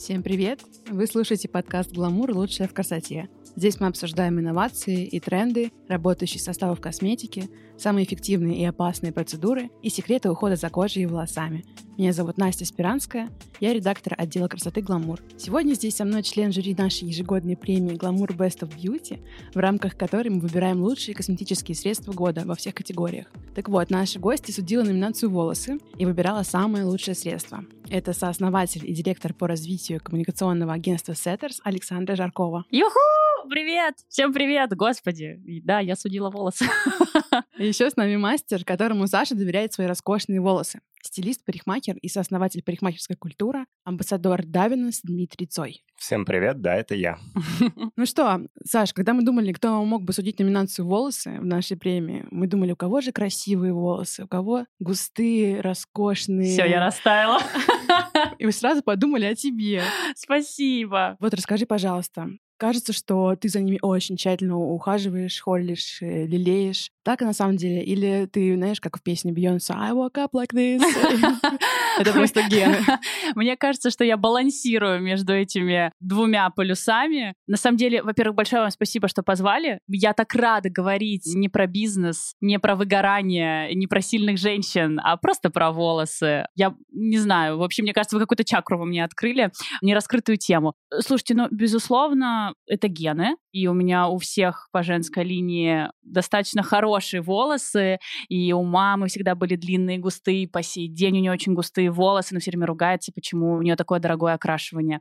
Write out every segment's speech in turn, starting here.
Всем привет! Вы слушаете подкаст «Гламур. Лучшее в красоте». Здесь мы обсуждаем инновации и тренды, работающие составы в косметике, самые эффективные и опасные процедуры и секреты ухода за кожей и волосами. Меня зовут Настя Спиранская, я редактор отдела красоты «Гламур». Сегодня здесь со мной член жюри нашей ежегодной премии «Гламур Best of Beauty», в рамках которой мы выбираем лучшие косметические средства года во всех категориях. Так вот, наша гостья судила номинацию «Волосы» и выбирала самое лучшее средство. Это сооснователь и директор по развитию коммуникационного агентства Setters Александра Жаркова. Юху! Привет! Всем привет! Господи! Да, я судила волосы. И еще с нами мастер, которому Саша доверяет свои роскошные волосы. Стилист, парикмахер и сооснователь парикмахерской культуры, амбассадор Давинес Дмитрий Цой. Всем привет, да, это я. Ну что, Саш, когда мы думали, кто мог бы судить номинацию «Волосы» в нашей премии, мы думали, у кого же красивые волосы, у кого густые, роскошные. Все, я растаяла. И вы сразу подумали о тебе. Спасибо. Вот расскажи, пожалуйста. Кажется, что ты за ними очень тщательно ухаживаешь, холишь, лелеешь. Так и на самом деле? Или ты, знаешь, как в песне Бейонсе «I woke up like this»? Это просто гены. Мне кажется, что я балансирую между этими двумя полюсами. На самом деле, во-первых, большое вам спасибо, что позвали. Я так рада говорить не про бизнес, не про выгорание, не про сильных женщин, а просто про волосы. Я не знаю, в общем, мне кажется, вы какую-то чакру во мне открыли, нераскрытую тему. Слушайте, ну, безусловно, это гены, и у меня у всех по женской линии достаточно хорошие волосы, и у мамы всегда были длинные, густые, по сей день у нее очень густые волосы, но все время ругается, почему у нее такое дорогое окрашивание.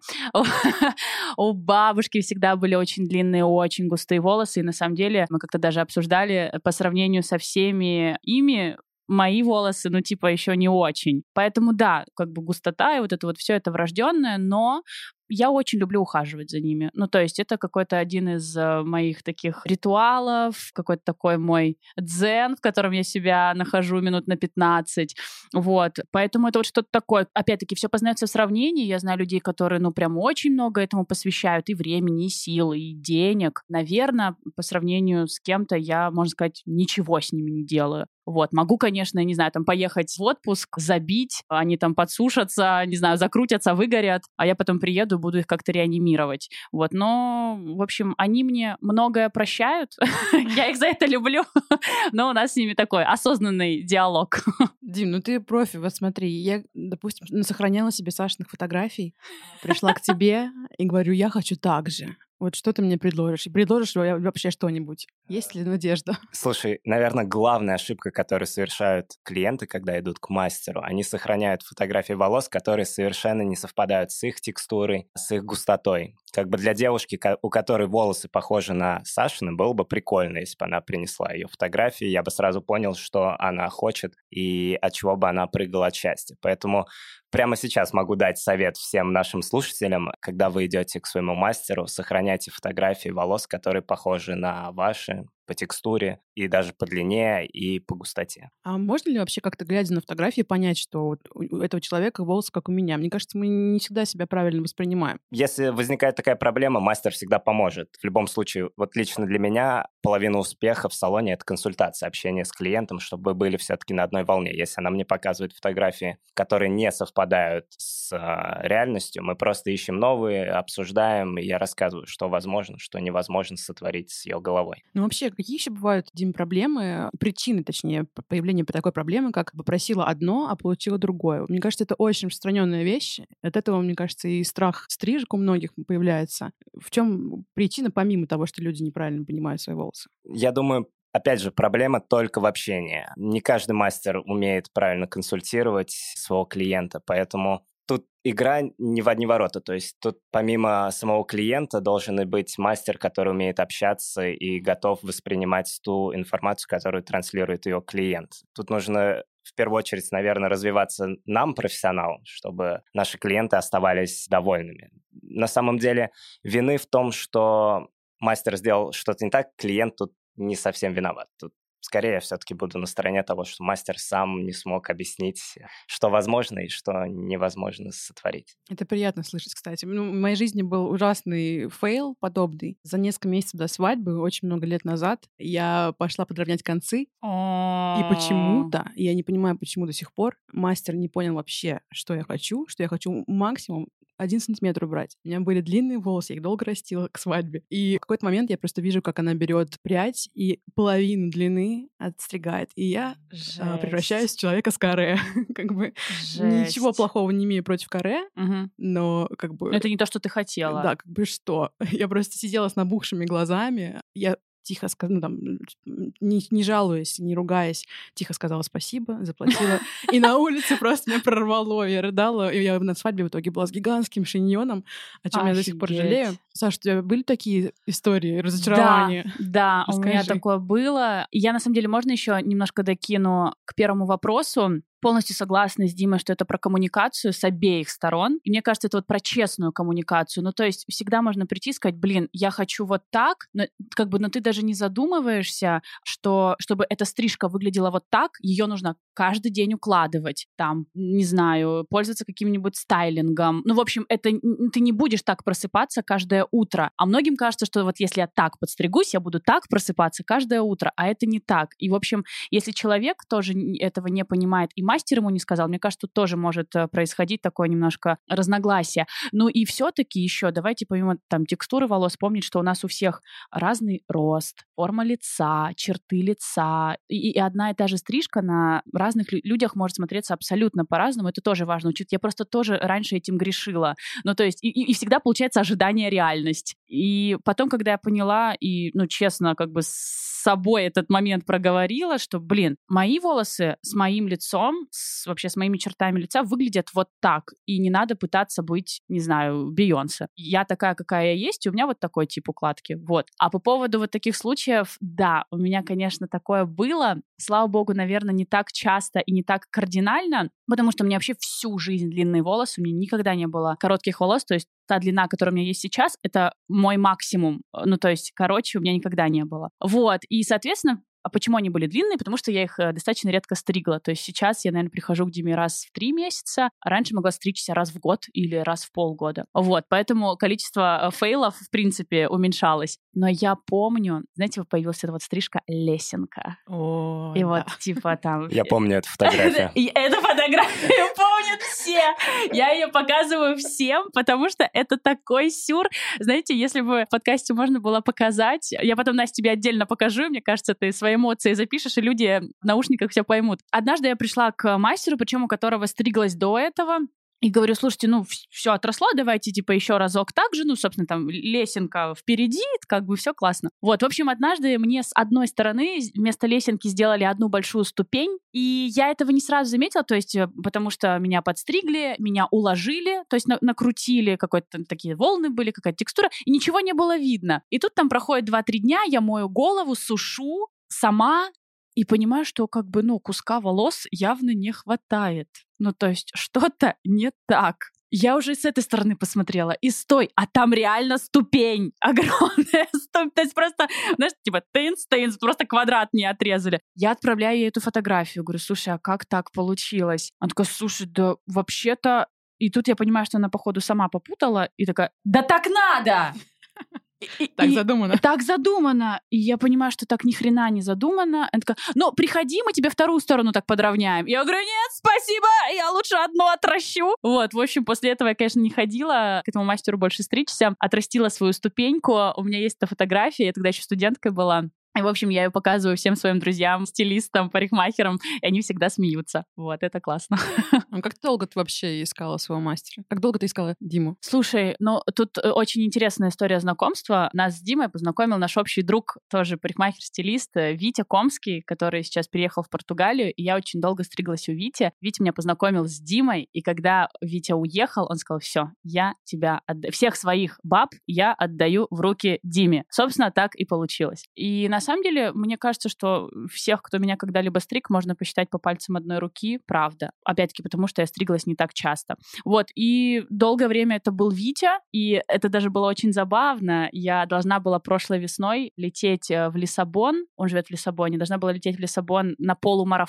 У бабушки всегда были очень длинные, очень густые волосы, и на самом деле мы как-то даже обсуждали по сравнению со всеми ими, мои волосы, ну, типа, еще не очень. Поэтому, да, как бы густота и вот это вот все это врожденное, но я очень люблю ухаживать за ними. Ну, то есть это какой-то один из моих таких ритуалов, какой-то такой мой дзен, в котором я себя нахожу минут на 15. Вот. Поэтому это вот что-то такое. Опять-таки, все познается в сравнении. Я знаю людей, которые, ну, прям очень много этому посвящают и времени, и сил, и денег. Наверное, по сравнению с кем-то я, можно сказать, ничего с ними не делаю. Вот. Могу, конечно, не знаю, там поехать в отпуск, забить, они там подсушатся, не знаю, закрутятся, выгорят, а я потом приеду, буду их как-то реанимировать. Вот. Но, в общем, они мне многое прощают. Я их за это люблю. Но у нас с ними такой осознанный диалог. Дим, ну ты профи, вот смотри. Я, допустим, сохраняла себе Сашиных фотографий, пришла к тебе и говорю, я хочу так же. Вот что ты мне предложишь? И предложишь вообще что-нибудь? Есть ли надежда? Слушай, наверное, главная ошибка, которую совершают клиенты, когда идут к мастеру, они сохраняют фотографии волос, которые совершенно не совпадают с их текстурой, с их густотой. Как бы для девушки, у которой волосы похожи на Сашины, было бы прикольно, если бы она принесла ее фотографии, я бы сразу понял, что она хочет и от чего бы она прыгала от счастья. Поэтому прямо сейчас могу дать совет всем нашим слушателям, когда вы идете к своему мастеру, сохраняйте фотографии волос, которые похожи на ваши по текстуре и даже по длине и по густоте. А можно ли вообще как-то, глядя на фотографии, понять, что вот у этого человека волосы как у меня? Мне кажется, мы не всегда себя правильно воспринимаем. Если возникает такая проблема, мастер всегда поможет. В любом случае, вот лично для меня половина успеха в салоне — это консультация, общение с клиентом, чтобы вы были все-таки на одной волне. Если она мне показывает фотографии, которые не совпадают с реальностью, мы просто ищем новые, обсуждаем, и я рассказываю, что возможно, что невозможно сотворить с ее головой. Ну вообще, какие еще бывают, Дим, проблемы, причины, точнее, появления такой проблемы, как попросила одно, а получила другое? Мне кажется, это очень распространенная вещь. От этого, мне кажется, и страх стрижек у многих появляется. В чем причина, помимо того, что люди неправильно понимают свои волосы? Я думаю, опять же, проблема только в общении. Не каждый мастер умеет правильно консультировать своего клиента, поэтому тут игра не в одни ворота. То есть тут помимо самого клиента должен и быть мастер, который умеет общаться и готов воспринимать ту информацию, которую транслирует ее клиент. Тут нужно в первую очередь, наверное, развиваться нам, профессионалам, чтобы наши клиенты оставались довольными. На самом деле вины в том, что мастер сделал что-то не так, клиент тут не совсем виноват. Тут скорее я все-таки буду на стороне того, что мастер сам не смог объяснить, что возможно и что невозможно сотворить. Это приятно слышать, кстати. Ну, в моей жизни был ужасный фейл подобный. За несколько месяцев до свадьбы, очень много лет назад, я пошла подровнять концы. И почему-то, я не понимаю, почему до сих пор, мастер не понял вообще, что я хочу максимум 1 сантиметр убрать. У меня были длинные волосы, я их долго растила к свадьбе. И в какой-то момент я просто вижу, как она берет прядь и половину длины отстригает. И я превращаюсь в человека с каре. Как бы ничего плохого не имею против каре, но как бы... Это не то, что ты хотела. Да, как бы что? Я просто сидела с набухшими глазами. Я тихо сказала, не жалуясь, не ругаясь, тихо сказала спасибо, заплатила. И на улице просто меня прорвало. Я рыдала. И я на свадьбе в итоге была с гигантским шиньоном, о чем я до сих пор жалею. Саша, у тебя были такие истории разочарования? Да, у меня такое было. Я, на самом деле, можно еще немножко докину к первому вопросу? Полностью согласна с Димой, что это про коммуникацию с обеих сторон. И мне кажется, это вот про честную коммуникацию. Ну, то есть всегда можно прийти и сказать, я хочу вот так, но ты даже не задумываешься, что чтобы эта стрижка выглядела вот так, ее нужно каждый день укладывать, там, не знаю, пользоваться каким-нибудь стайлингом. Ну, в общем, это ты не будешь так просыпаться каждое утро. А многим кажется, что вот если я так подстригусь, я буду так просыпаться каждое утро, а это не так. И, в общем, если человек тоже этого не понимает, и мастер ему не сказал, мне кажется, тут тоже может происходить такое немножко разногласие. Ну и все-таки еще давайте помимо там текстуры волос помнить, что у нас у всех разный рост, форма лица, черты лица. И одна и та же стрижка на разных людях может смотреться абсолютно по-разному. Это тоже важно учить. Я просто тоже раньше этим грешила. Ну то есть и всегда получается ожидание реальность. И потом, когда я поняла и, честно, как бы с собой этот момент проговорила, что, мои волосы с моим лицом, вообще с моими чертами лица выглядят вот так. И не надо пытаться быть, не знаю, Бейонсе. Я такая, какая я есть, и у меня вот такой тип укладки. Вот. А по поводу вот таких случаев, да, у меня, конечно, такое было. Слава богу, наверное, не так часто и не так кардинально, потому что у меня вообще всю жизнь длинные волосы, у меня никогда не было коротких волос, то есть та длина, которая у меня есть сейчас, это мой максимум. Ну, то есть короче у меня никогда не было. Вот. И, соответственно, а почему они были длинные? Потому что я их достаточно редко стригла. То есть сейчас я, наверное, прихожу к Диме раз в 3 месяца, а раньше могла стричься раз в год или раз в полгода. Вот, поэтому количество фейлов, в принципе, уменьшалось. Но я помню, знаете, появилась эта вот стрижка лесенка. О, и да. вот, типа, там... Я помню эту фотографию. И эту фотографию помнят все. Я ее показываю всем, потому что это такой сюр. Знаете, если бы в подкасте можно было показать, я потом, Настя, тебе отдельно покажу, мне кажется, ты свои эмоции запишешь, и люди в наушниках все поймут. Однажды я пришла к мастеру, причем у которого стриглась до этого, и говорю, слушайте, все отросло, давайте, еще разок так же, собственно, там, лесенка впереди, как бы все классно. Вот, в общем, однажды мне с одной стороны вместо лесенки сделали одну большую ступень, и я этого не сразу заметила, то есть, потому что меня подстригли, меня уложили, то есть накрутили, какие-то такие волны были, какая-то текстура, и ничего не было видно. И тут там проходит 2-3 дня, я мою голову, сушу сама, и понимаю, что куска волос явно не хватает. То есть что-то не так. Я уже с этой стороны посмотрела. И стой, а там реально ступень огромная. То есть просто, знаешь, тынц, просто квадрат не отрезали. Я отправляю ей эту фотографию. Говорю, слушай, а как так получилось? Она такая, слушай, да вообще-то... И тут я понимаю, что она, походу, сама попутала. И такая, да так надо! Так задумано. Так задумано. И я понимаю, что так ни хрена не задумано. Она такая, приходи, мы тебе вторую сторону так подровняем. Я говорю, нет, спасибо, я лучше одну отращу. Вот, в общем, после этого я, конечно, не ходила к этому мастеру больше стричься. Отрастила свою ступеньку. У меня есть эта фотография, я тогда еще студенткой была. И, в общем, я ее показываю всем своим друзьям, стилистам, парикмахерам, и они всегда смеются. Вот, это классно. А как долго ты вообще искала своего мастера? Как долго ты искала Диму? Слушай, тут очень интересная история знакомства. Нас с Димой познакомил наш общий друг, тоже парикмахер-стилист, Витя Комский, который сейчас переехал в Португалию, и я очень долго стриглась у Вити. Витя меня познакомил с Димой, и когда Витя уехал, он сказал, все, я тебя отдаю. Всех своих баб я отдаю в руки Диме. Собственно, так и получилось. И на самом деле, мне кажется, что всех, кто меня когда-либо стриг, можно посчитать по пальцам одной руки, правда. Опять-таки, потому что я стриглась не так часто. Вот, и долгое время это был Витя, и это даже было очень забавно. Я должна была прошлой весной лететь в Лиссабон, он живет в Лиссабоне, должна была лететь в Лиссабон на полумарафон,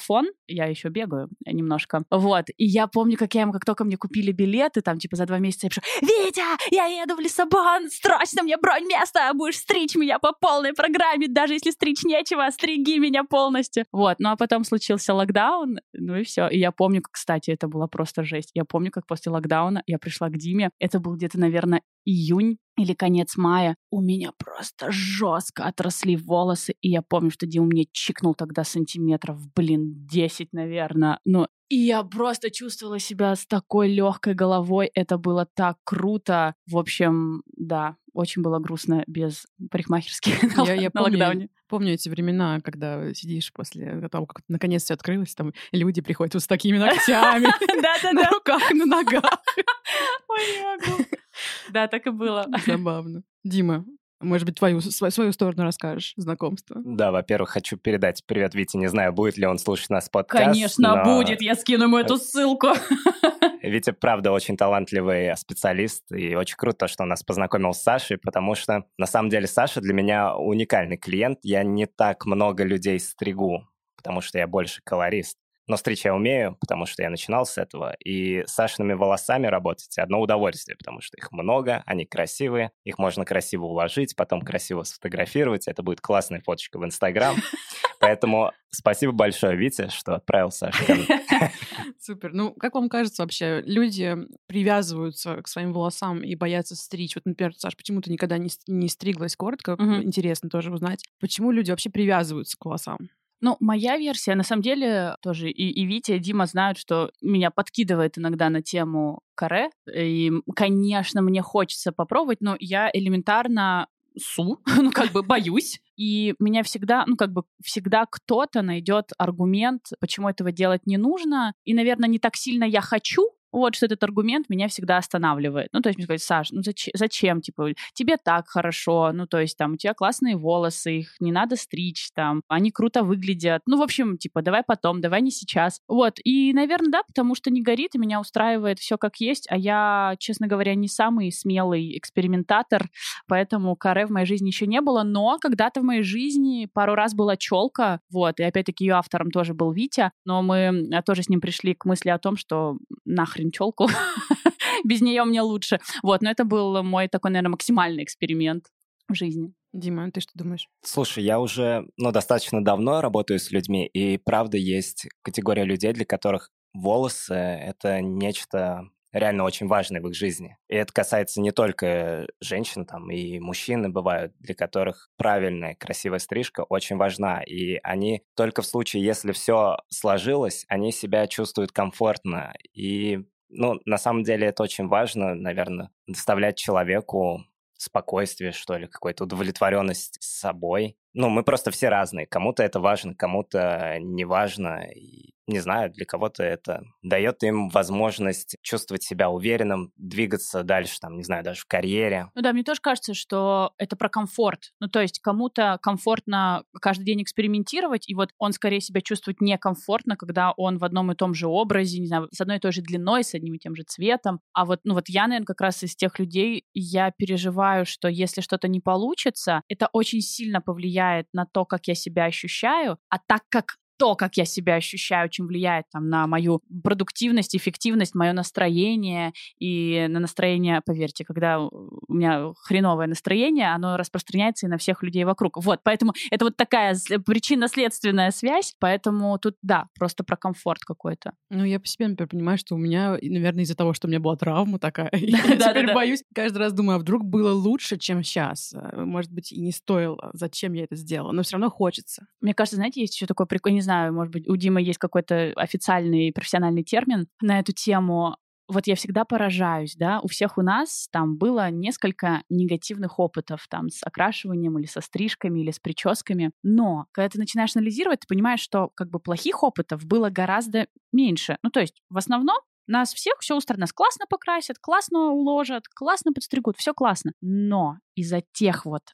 я еще бегаю немножко. Вот. И я помню, как только мне купили билеты, там, типа, за 2 месяца я пишу: «Витя, я еду в Лиссабон, срочно мне бронь места, будешь стричь меня по полной программе, даже если стричь нечего, стриги меня полностью». Вот. Ну, а потом случился локдаун, ну и все. И я помню, кстати, это была просто жесть. Я помню, как после локдауна я пришла к Диме. Это был где-то, наверное, июнь или конец мая. У меня просто жестко отросли волосы. И я помню, что Дима мне чикнул тогда сантиметров, 10, наверное. Ну, и я просто чувствовала себя с такой легкой головой. Это было так круто. В общем, да, очень было грустно без парикмахерских на локдауне. Помню эти времена, когда сидишь после того, как наконец все открылось, там люди приходят вот с такими ногтями на руках, на ногах. Ой, не могу. Да, так и было. Забавно. Дима, может быть, свою сторону расскажешь, знакомство? Да, во-первых, хочу передать привет Вите. Не знаю, будет ли он слушать нас подкаст. Конечно, будет. Я скину ему эту ссылку. Витя, правда, очень талантливый специалист, и очень круто, что он нас познакомил с Сашей, потому что, на самом деле, Саша для меня уникальный клиент. Я не так много людей стригу, потому что я больше колорист. Но стричь я умею, потому что я начинал с этого. И с Сашиными волосами работать одно удовольствие, потому что их много, они красивые, их можно красиво уложить, потом красиво сфотографировать. Это будет классная фоточка в Инстаграм. Поэтому спасибо большое, Витя, что отправил Сашу ко мне. Супер. Ну, как вам кажется вообще, люди привязываются к своим волосам и боятся стричь? Вот, например, Саш, почему ты никогда не стриглась коротко? Интересно тоже узнать. Почему люди вообще привязываются к волосам? Ну, моя версия, на самом деле, тоже и Витя, и Дима знают, что меня подкидывает иногда на тему каре. И, конечно, мне хочется попробовать, но я элементарно боюсь. И меня всегда, всегда кто-то найдет аргумент, почему этого делать не нужно. И, наверное, не так сильно я хочу, вот что этот аргумент меня всегда останавливает. Ну, то есть мне сказать: Саш, зачем, типа, тебе так хорошо, у тебя классные волосы, их не надо стричь, они круто выглядят. Ну, в общем, типа, давай потом, давай не сейчас. Вот, и, наверное, да, потому что не горит, и меня устраивает все как есть, а я, честно говоря, не самый смелый экспериментатор, поэтому каре в моей жизни еще не было, но когда-то в моей жизни пару раз была челка, вот, и опять-таки ее автором тоже был Витя, но мы тоже с ним пришли к мысли о том, что нахрен челку, без нее мне лучше. Вот, но это был мой такой, наверное, максимальный эксперимент в жизни. Дима, ты что думаешь? Слушай, я уже достаточно давно работаю с людьми, и правда есть категория людей, для которых волосы — это нечто реально очень важное в их жизни. И это касается не только женщин, и мужчины бывают, для которых правильная, красивая стрижка очень важна. И они только в случае, если все сложилось, они себя чувствуют комфортно. И, на самом деле это очень важно, наверное, доставлять человеку спокойствие, что ли, какую-то удовлетворенность собой. Мы просто все разные. Кому-то это важно, кому-то не важно. И, не знаю, для кого-то это дает им возможность чувствовать себя уверенным, двигаться дальше, даже в карьере. Ну да, мне тоже кажется, что это про комфорт. То есть кому-то комфортно каждый день экспериментировать, и вот он скорее себя чувствует некомфортно, когда он в одном и том же образе, не знаю, с одной и той же длиной, с одним и тем же цветом. А вот я, наверное, как раз из тех людей, я переживаю, что если что-то не получится, это очень сильно повлияет на то, как я себя ощущаю, а так как то, как я себя ощущаю, очень влияет на мою продуктивность, эффективность, мое настроение. И на настроение, поверьте, когда у меня хреновое настроение, оно распространяется и на всех людей вокруг. Вот, поэтому это вот такая причинно-следственная связь, поэтому тут, да, просто про комфорт какой-то. Я по себе, например, понимаю, что у меня, наверное, из-за того, что у меня была травма такая, я теперь боюсь, каждый раз думаю, а вдруг было лучше, чем сейчас? Может быть, и не стоило, зачем я это сделала, но все равно хочется. Мне кажется, знаете, есть еще такой прикол, не знаю, может быть, у Димы есть какой-то официальный профессиональный термин на эту тему. Вот я всегда поражаюсь, да, у всех у нас было несколько негативных опытов с окрашиванием или со стрижками, или с прическами. Но когда ты начинаешь анализировать, ты понимаешь, что плохих опытов было гораздо меньше. То есть в основном нас всех все устроит. Нас классно покрасят, классно уложат, классно подстригут, все классно. Но из-за тех вот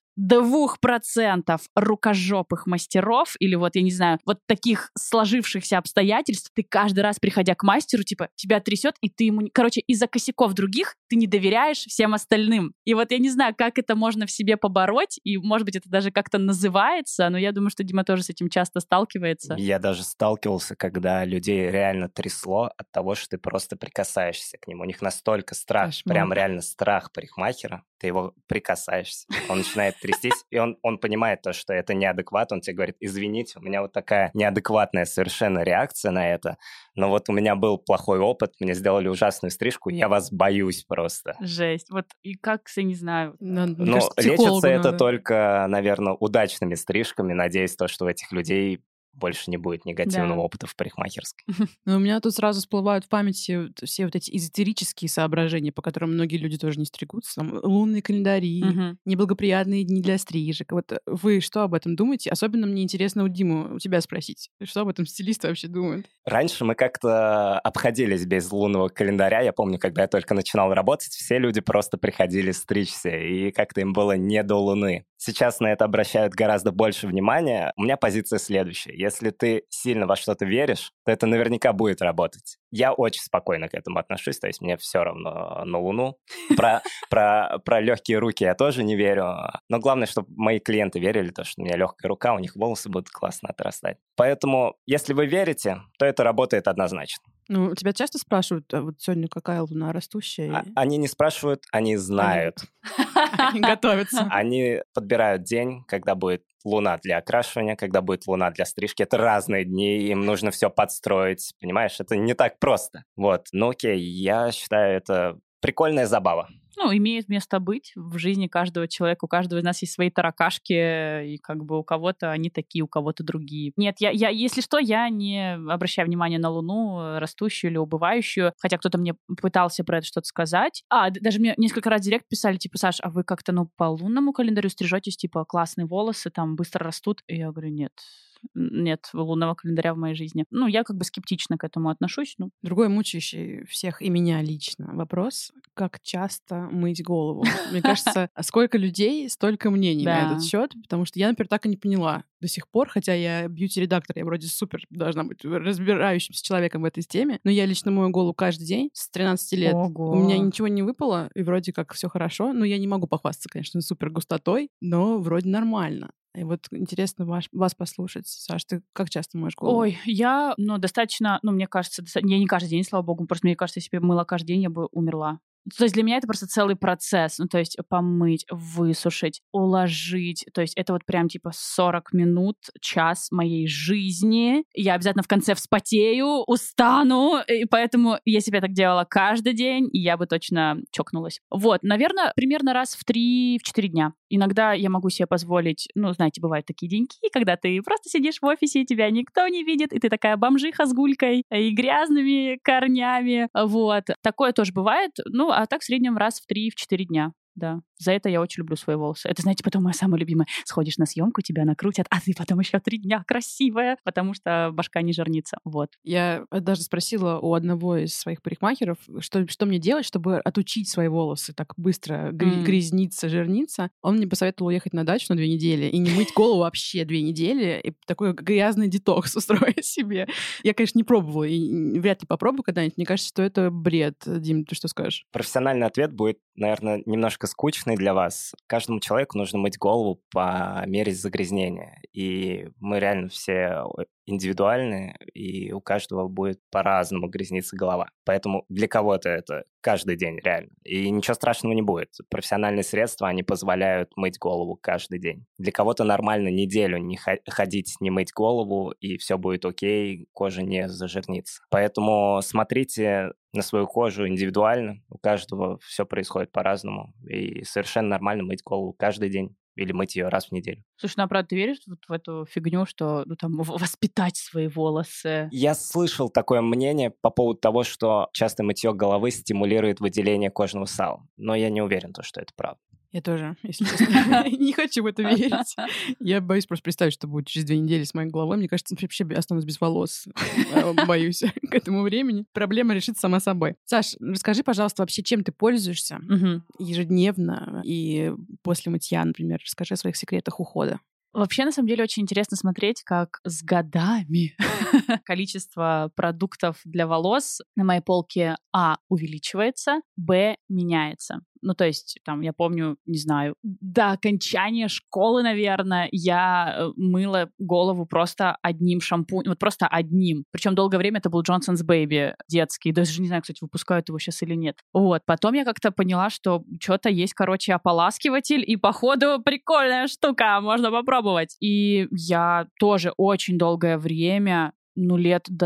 2% рукожопых мастеров или вот, я не знаю, вот таких сложившихся обстоятельств, ты каждый раз, приходя к мастеру, типа, тебя трясет, и ты ему... Короче, из-за косяков других ты не доверяешь всем остальным. И вот я не знаю, как это можно в себе побороть, и, может быть, это даже как-то называется, но я думаю, что Дима тоже с этим часто сталкивается. Я даже сталкивался, когда людей реально трясло от того, что ты просто прикасаешься к ним. У них настолько страх, Кошмар. прям реально страх парикмахера, ты его прикасаешься, он начинает трястись, и он понимает то, что это неадекват, он тебе говорит, извините, у меня вот такая неадекватная совершенно реакция на это, но вот у меня был плохой опыт, мне сделали ужасную стрижку, я вас боюсь просто. Жесть. Вот и как, я не знаю. Мне Но кажется, психологу лечится это надо. только, наверное, удачными стрижками, надеюсь, то, что у этих людей больше не будет негативного Да. опыта в парикмахерской. Но у меня тут сразу всплывают в памяти все вот эти эзотерические соображения, по которым многие люди тоже не стригутся. Там лунные календари, Мгм. неблагоприятные дни для стрижек. Вот вы что об этом думаете? Особенно мне интересно у Димы, у тебя спросить. Что об этом стилисты вообще думают? Раньше мы как-то обходились без лунного календаря. Я помню, когда я только начинал работать, все люди просто приходили стричься, и как-то им было не до луны. Сейчас на это обращают гораздо больше внимания. У меня позиция следующая. Если ты сильно во что-то веришь, то это наверняка будет работать. Я очень спокойно к этому отношусь, то есть мне все равно на Луну. Про легкие руки я тоже не верю. Но главное, чтобы мои клиенты верили, то, что у меня легкая рука, у них волосы будут классно отрастать. Поэтому, если вы верите, то это работает однозначно. Ну, тебя часто спрашивают, а вот сегодня какая луна растущая? Они не спрашивают, они знают. Они готовятся. Они подбирают день, когда будет луна для окрашивания, когда будет луна для стрижки. Это разные дни, им нужно все подстроить, понимаешь? Это не так просто. Вот. Ну окей, я считаю, это прикольная забава. Ну, имеет место быть в жизни каждого человека. У каждого из нас есть свои таракашки, и как бы у кого-то они такие, у кого-то другие. Нет, я если что, я не обращаю внимания на Луну, растущую или убывающую, хотя кто-то мне пытался про это что-то сказать. Даже мне несколько раз в директ писали, типа, Саш, а вы как-то, по лунному календарю стрижетесь, типа, классные волосы, там, быстро растут? И я говорю, нет лунного календаря в моей жизни. Я как бы скептично к этому отношусь. Другой мучающий всех и меня лично вопрос, как часто мыть голову. Мне кажется, сколько людей, столько мнений на Да. этот счет, потому что я, например, так и не поняла до сих пор, хотя я бьюти-редактор, я вроде супер должна быть разбирающимся человеком в этой теме, но я лично мою голову каждый день с 13 лет. Ого. У меня ничего не выпало, и вроде как все хорошо, но я не могу похвастаться, конечно, супер густотой, но вроде нормально. И вот интересно вас послушать. Саш, ты как часто моешь голову? Ой, я, достаточно, мне кажется, я не каждый день, слава богу, просто мне кажется, если бы я мыла каждый день, я бы умерла. То есть для меня это просто целый процесс. То есть помыть, высушить, уложить. То есть это вот прям типа 40 минут, час моей жизни. Я обязательно в конце вспотею, устану. И поэтому, если бы я так делала каждый день, я бы точно чокнулась. Вот, наверное, примерно раз в 3-4 дня. Иногда я могу себе позволить, знаете, бывают такие деньки, когда ты просто сидишь в офисе, тебя никто не видит, и ты такая бомжиха с гулькой и грязными корнями. Вот. Такое тоже бывает. А так в среднем раз в 3-4 дня. Да. За это я очень люблю свои волосы. Это, знаете, потом моя самая любимая. Сходишь на съемку, тебя накрутят, а ты потом еще 3 дня красивая, потому что башка не жирнится. Вот. Я даже спросила у одного из своих парикмахеров, что мне делать, чтобы отучить свои волосы так быстро грязниться, жирниться. Он мне посоветовал уехать на дачу на 2 недели и не мыть голову вообще 2 недели, и такой грязный детокс устроить себе. Я, конечно, не пробовала и вряд ли попробую когда-нибудь. Мне кажется, что это бред. Дим, ты что скажешь? Профессиональный ответ будет, наверное, немножко скучный для вас. Каждому человеку нужно мыть голову по мере загрязнения. И мы реально все индивидуальны, и у каждого будет по-разному грязниться голова. Поэтому для кого-то это каждый день реально. И ничего страшного не будет. Профессиональные средства, они позволяют мыть голову каждый день. Для кого-то нормально неделю не ходить, не мыть голову, и все будет окей, кожа не зажирнится. Поэтому смотрите на свою кожу индивидуально. У каждого все происходит по-разному. И совершенно нормально мыть голову каждый день. Или мыть ее раз в неделю. Слушай, правда, ты веришь вот в эту фигню, что воспитать свои волосы? Я слышал такое мнение по поводу того, что частое мытье головы стимулирует выделение кожного сала. Но я не уверен, что это правда. Я тоже, если честно, не хочу в это верить. Я боюсь просто представить, что будет через 2 недели с моей головой. Мне кажется, вообще останусь без волос. Боюсь к этому времени. Проблема решится сама собой. Саш, расскажи, пожалуйста, вообще, чем ты пользуешься ежедневно и после мытья, например. Расскажи о своих секретах ухода. Вообще, на самом деле, очень интересно смотреть, как с годами количество продуктов для волос на моей полке увеличивается, меняется. Ну, то есть, там, я помню, не знаю, до окончания школы, наверное, я мыла голову просто одним шампунем, вот просто одним. Причем долгое время это был Johnson's Baby детский. Даже не знаю, кстати, выпускают его сейчас или нет. Вот. Потом я как-то поняла, что что-то есть, короче, ополаскиватель, и, походу, прикольная штука, можно попробовать. И я тоже очень долгое время, лет до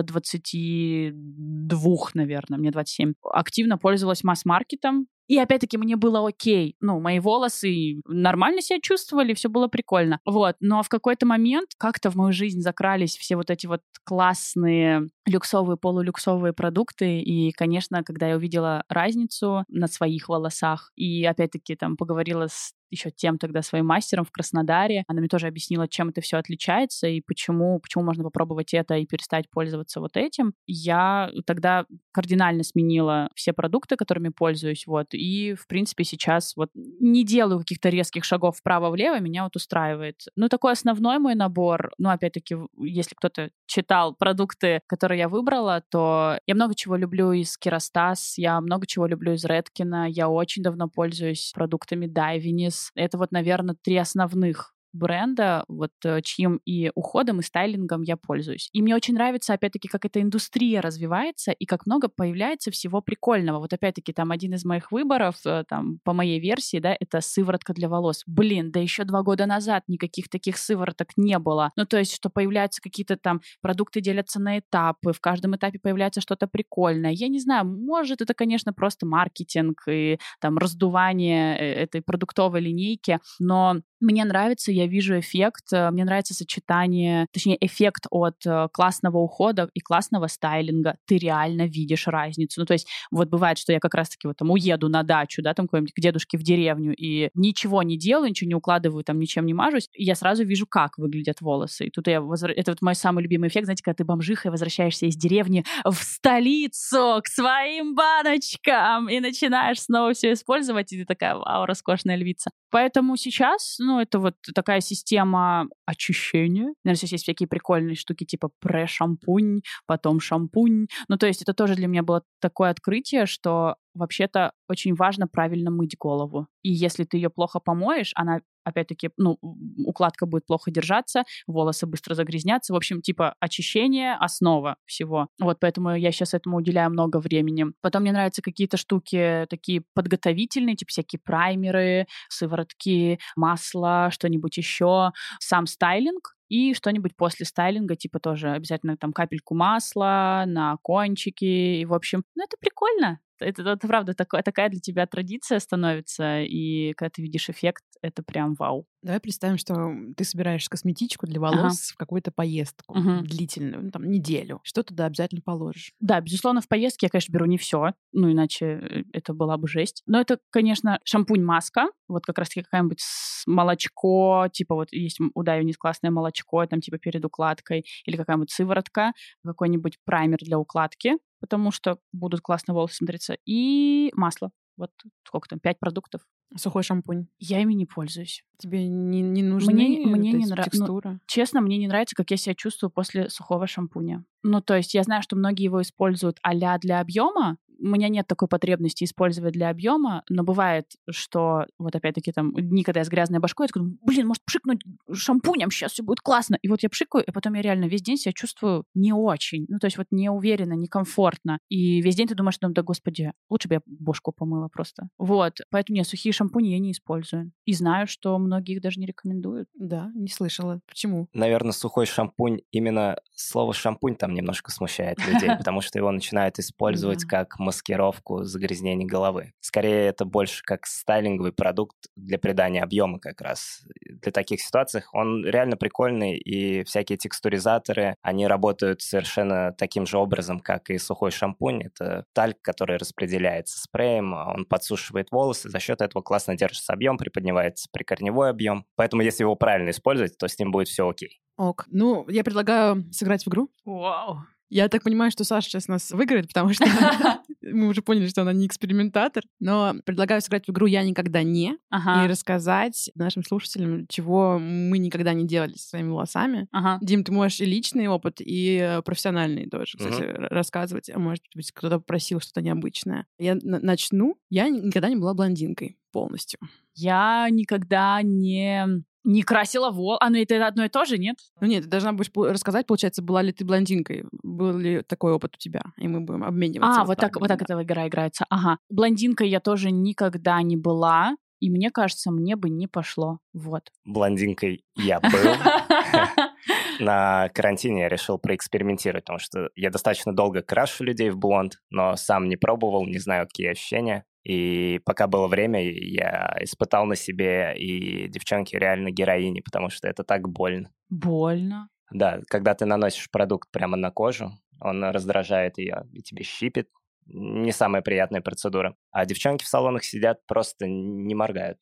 22, наверное, мне 27, активно пользовалась масс-маркетом. И опять-таки мне было окей. Мои волосы нормально себя чувствовали, все было прикольно. Вот. Но в какой-то момент как-то в мою жизнь закрались все вот эти вот классные люксовые, полулюксовые продукты. И, конечно, когда я увидела разницу на своих волосах и опять-таки там поговорила с еще тем тогда своим мастером в Краснодаре. Она мне тоже объяснила, чем это все отличается и почему можно попробовать это и перестать пользоваться вот этим. Я тогда кардинально сменила все продукты, которыми пользуюсь, вот, и, в принципе, сейчас вот не делаю каких-то резких шагов вправо-влево, меня вот устраивает. Такой основной мой набор, опять-таки, если кто-то читал продукты, которые я выбрала, то я много чего люблю из Kerastase, я много чего люблю из Redken, я очень давно пользуюсь продуктами Divinis. Это вот, наверное, 3 основных бренда, вот чьим и уходом, и стайлингом я пользуюсь. И мне очень нравится, опять-таки, как эта индустрия развивается и как много появляется всего прикольного. Вот опять-таки там один из моих выборов, там, по моей версии, да, это сыворотка для волос. Да еще 2 года назад никаких таких сывороток не было. То есть, что появляются какие-то там продукты, делятся на этапы, в каждом этапе появляется что-то прикольное. Я не знаю, может, это, конечно, просто маркетинг и там раздувание этой продуктовой линейки, но мне нравится, я вижу эффект, мне нравится сочетание, точнее, эффект от классного ухода и классного стайлинга. Ты реально видишь разницу. То есть вот бывает, что я как раз-таки вот там уеду на дачу, да, там к дедушке в деревню и ничего не делаю, ничего не укладываю, там ничем не мажусь, и я сразу вижу, как выглядят волосы. И тут это вот мой самый любимый эффект, знаете, когда ты бомжиха и возвращаешься из деревни в столицу к своим баночкам и начинаешь снова все использовать, и ты такая, вау, роскошная львица. Поэтому сейчас, это вот такая система очищения. Наверное, здесь есть всякие прикольные штуки, типа пре-шампунь, потом шампунь. То есть это тоже для меня было такое открытие, что вообще-то очень важно правильно мыть голову. И если ты ее плохо помоешь, она, опять-таки, укладка будет плохо держаться, волосы быстро загрязнятся. В общем, типа очищение — основа всего. Вот поэтому я сейчас этому уделяю много времени. Потом мне нравятся какие-то штуки такие подготовительные, типа всякие праймеры, сыворотки, масло, что-нибудь еще. Сам стайлинг. И что-нибудь после стайлинга, типа тоже обязательно там капельку масла на кончики. И, в общем, это прикольно. Это правда такая для тебя традиция становится, и когда ты видишь эффект, это прям вау. Давай представим, что ты собираешь косметичку для волос в какую-то поездку длительную, там, неделю. Что туда обязательно положишь? Да, безусловно, в поездке я, конечно, беру не все, иначе это была бы жесть. Но это, конечно, шампунь-маска, вот как раз-таки какое-нибудь молочко, типа вот есть у Divinis классное молочко, там типа перед укладкой, или какая-нибудь сыворотка, какой-нибудь праймер для укладки, потому что будут классно волосы смотреться, и масло. Вот сколько там, 5 продуктов. Сухой шампунь. Я ими не пользуюсь. Тебе не нужны мне не нравится текстура? Честно, мне не нравится, как я себя чувствую после сухого шампуня. То есть я знаю, что многие его используют а-ля для объема. У меня нет такой потребности использовать для объема, но бывает, что вот опять-таки там дни, когда я с грязной башкой, я такая, может пшикнуть шампунем, сейчас все будет классно. И вот я пшикаю, и потом я реально весь день себя чувствую не очень. То есть вот неуверенно, некомфортно. И весь день ты думаешь, да господи, лучше бы я бошку помыла просто. Вот. Поэтому сухие шампуни я не использую. И знаю, что многие их даже не рекомендуют. Да, не слышала. Почему? Наверное, сухой шампунь, именно слово шампунь там немножко смущает людей, потому что его начинают использовать как маскировку загрязнений головы. Скорее, это больше как стайлинговый продукт для придания объема как раз. Для таких ситуаций он реально прикольный, и всякие текстуризаторы, они работают совершенно таким же образом, как и сухой шампунь. Это тальк, который распределяется спреем, он подсушивает волосы, за счет этого классно держится объем, приподнимается прикорневой объем. Поэтому, если его правильно использовать, то с ним будет все окей. Ок. Ну, я предлагаю сыграть в игру. Вау. Я так понимаю, что Саша сейчас нас выиграет, потому что мы уже поняли, что она не экспериментатор. Но предлагаю сыграть в игру «Я никогда не» и рассказать нашим слушателям, чего мы никогда не делали со своими волосами. Дим, ты можешь и личный опыт, и профессиональный тоже, кстати, рассказывать. А может быть, кто-то просил что-то необычное. Я начну. Я никогда не была блондинкой полностью. Я никогда не красила волосы. Ну это одно и то же, нет? Ну нет, ты должна будешь рассказать, получается, была ли ты блондинкой, был ли такой опыт у тебя, и мы будем обмениваться. Вот так эта игра играется. Блондинкой я тоже никогда не была, и мне кажется, мне бы не пошло. Вот. Блондинкой я был. На карантине я решил проэкспериментировать, потому что я достаточно долго крашу людей в блонд, но сам не пробовал, не знаю, какие ощущения. И пока было время, я испытал на себе, и девчонки реально героини, потому что это так больно. Больно? Да, когда ты наносишь продукт прямо на кожу, он раздражает ее и тебе щипет. Не самая приятная процедура. А девчонки в салонах сидят, просто не моргают.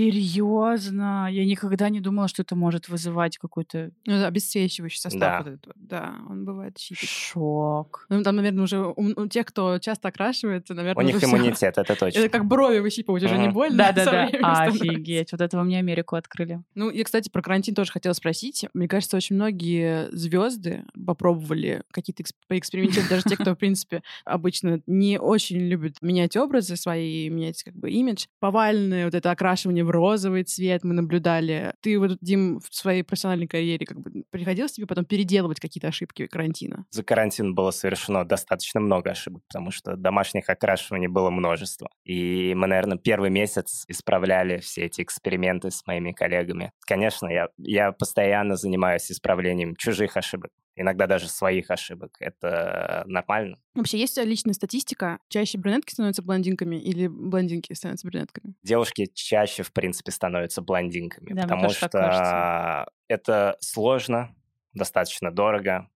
Серьезно? Я никогда не думала, что это может вызывать какой-то... обесцвечивающий состав. Да. Вот этот. Да, он бывает щипит. Шок. Ну, там, наверное, уже у тех, кто часто окрашивается, наверное, у них иммунитет, это точно. Это как брови выщипывать, уже не больно. Да-да-да. Офигеть, вот это вы мне Америку открыли. Ну, я, кстати, про карантин тоже хотела спросить. Мне кажется, очень многие звезды попробовали какие-то поэкспериментировать, даже те, кто, в принципе, обычно не очень любят менять образы свои, менять как бы имидж. Повальное вот это окрашивание в розовый цвет мы наблюдали. Ты вот, Дим, в своей профессиональной карьере как бы приходилось тебе потом переделывать какие-то ошибки карантина? За карантин было совершено достаточно много ошибок, потому что домашних окрашиваний было множество. И мы, наверное, первый месяц исправляли все эти эксперименты с моими коллегами. Конечно, я постоянно занимаюсь исправлением чужих ошибок. Иногда даже своих ошибок. Это нормально. Вообще, есть личная статистика? Чаще брюнетки становятся блондинками или блондинки становятся брюнетками? Девушки чаще, в принципе, становятся блондинками, Да, потому что это сложно, достаточно дорого,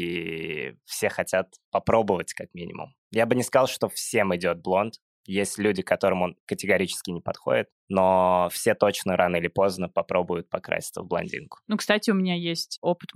и все хотят попробовать как минимум. Я бы не сказал, что всем идет блонд. Есть люди, которым он категорически не подходит, но все точно рано или поздно попробуют покраситься в блондинку. Ну, кстати, у меня есть опыт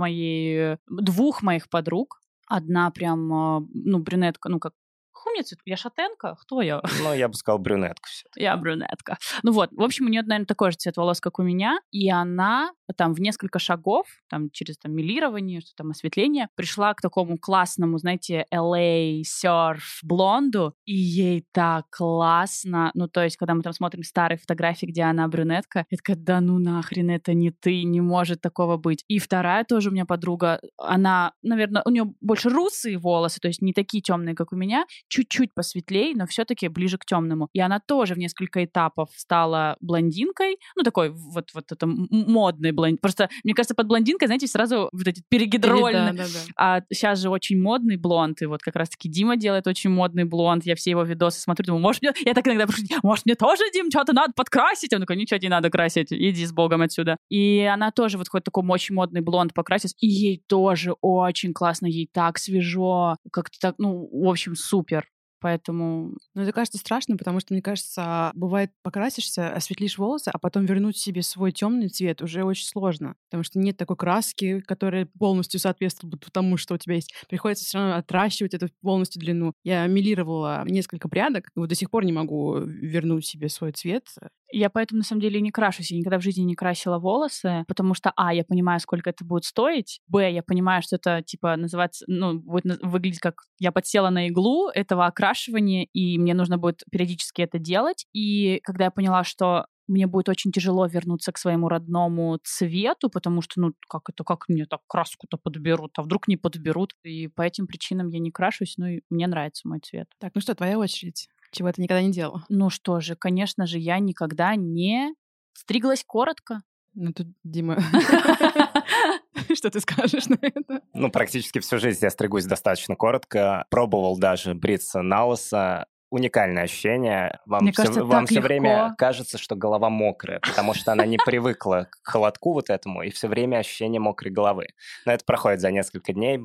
двух моих подруг. Одна прям, брюнетка, как какой у меня цвет? Я шатенка? Кто я? Ну, я бы сказал брюнетка все. Я брюнетка. Ну вот, в общем, у нее, наверное, такой же цвет волос, как у меня, и она там в несколько шагов, там через мелирование, что там осветление, пришла к такому классному, знаете, LA surf блонду, и ей так классно. Ну, то есть, когда мы там смотрим старые фотографии, где она брюнетка, я такая, да ну нахрен, это не ты, не может такого быть. И вторая тоже у меня подруга, она, наверное, у нее больше русые волосы, то есть не такие темные, как у меня, чуть-чуть посветлее, но все-таки ближе к темному. И она тоже в несколько этапов стала блондинкой, ну, такой вот это модный блонд. Просто, мне кажется, под блондинкой, знаете, сразу вот эти перегидрольные. Да. А сейчас же очень модный блонд, и вот как раз-таки Дима делает очень модный блонд. Я все его видосы смотрю, думаю, я так иногда прошу, может, мне тоже, Дим, что-то надо подкрасить? Он такой, ничего не надо красить, иди с Богом отсюда. И она тоже вот хоть такой очень модный блонд покрасилась, и ей тоже очень классно, ей так свежо, как-то так, в общем, супер. Поэтому... Но это кажется страшно, потому что, мне кажется, бывает, покрасишься, осветлишь волосы, а потом вернуть себе свой темный цвет уже очень сложно, потому что нет такой краски, которая полностью соответствует тому, что у тебя есть. Приходится все равно отращивать эту полностью длину. Я мелировала несколько прядок, и вот до сих пор не могу вернуть себе свой цвет. Я поэтому, на самом деле, не крашусь. Я никогда в жизни не красила волосы, потому что, я понимаю, сколько это будет стоить, я понимаю, что это, называется, будет выглядеть как я подсела на иглу этого окрашивания, и мне нужно будет периодически это делать. И когда я поняла, что мне будет очень тяжело вернуться к своему родному цвету, потому что, как мне так краску-то подберут, а вдруг не подберут. И по этим причинам я не крашусь, и мне нравится мой цвет. Так, что, твоя очередь? Чего ты никогда не делала? Ну что же, конечно же, я никогда не стриглась коротко. Ну тут, Дима... Что ты скажешь на это? Ну, практически всю жизнь я стригусь достаточно коротко. Пробовал даже бриться на лысо. Уникальное ощущение. Мне кажется, Вам так все легко. время кажется, что голова мокрая, потому что она не привыкла к холодку вот этому, и все время ощущение мокрой головы. Но это проходит за несколько дней.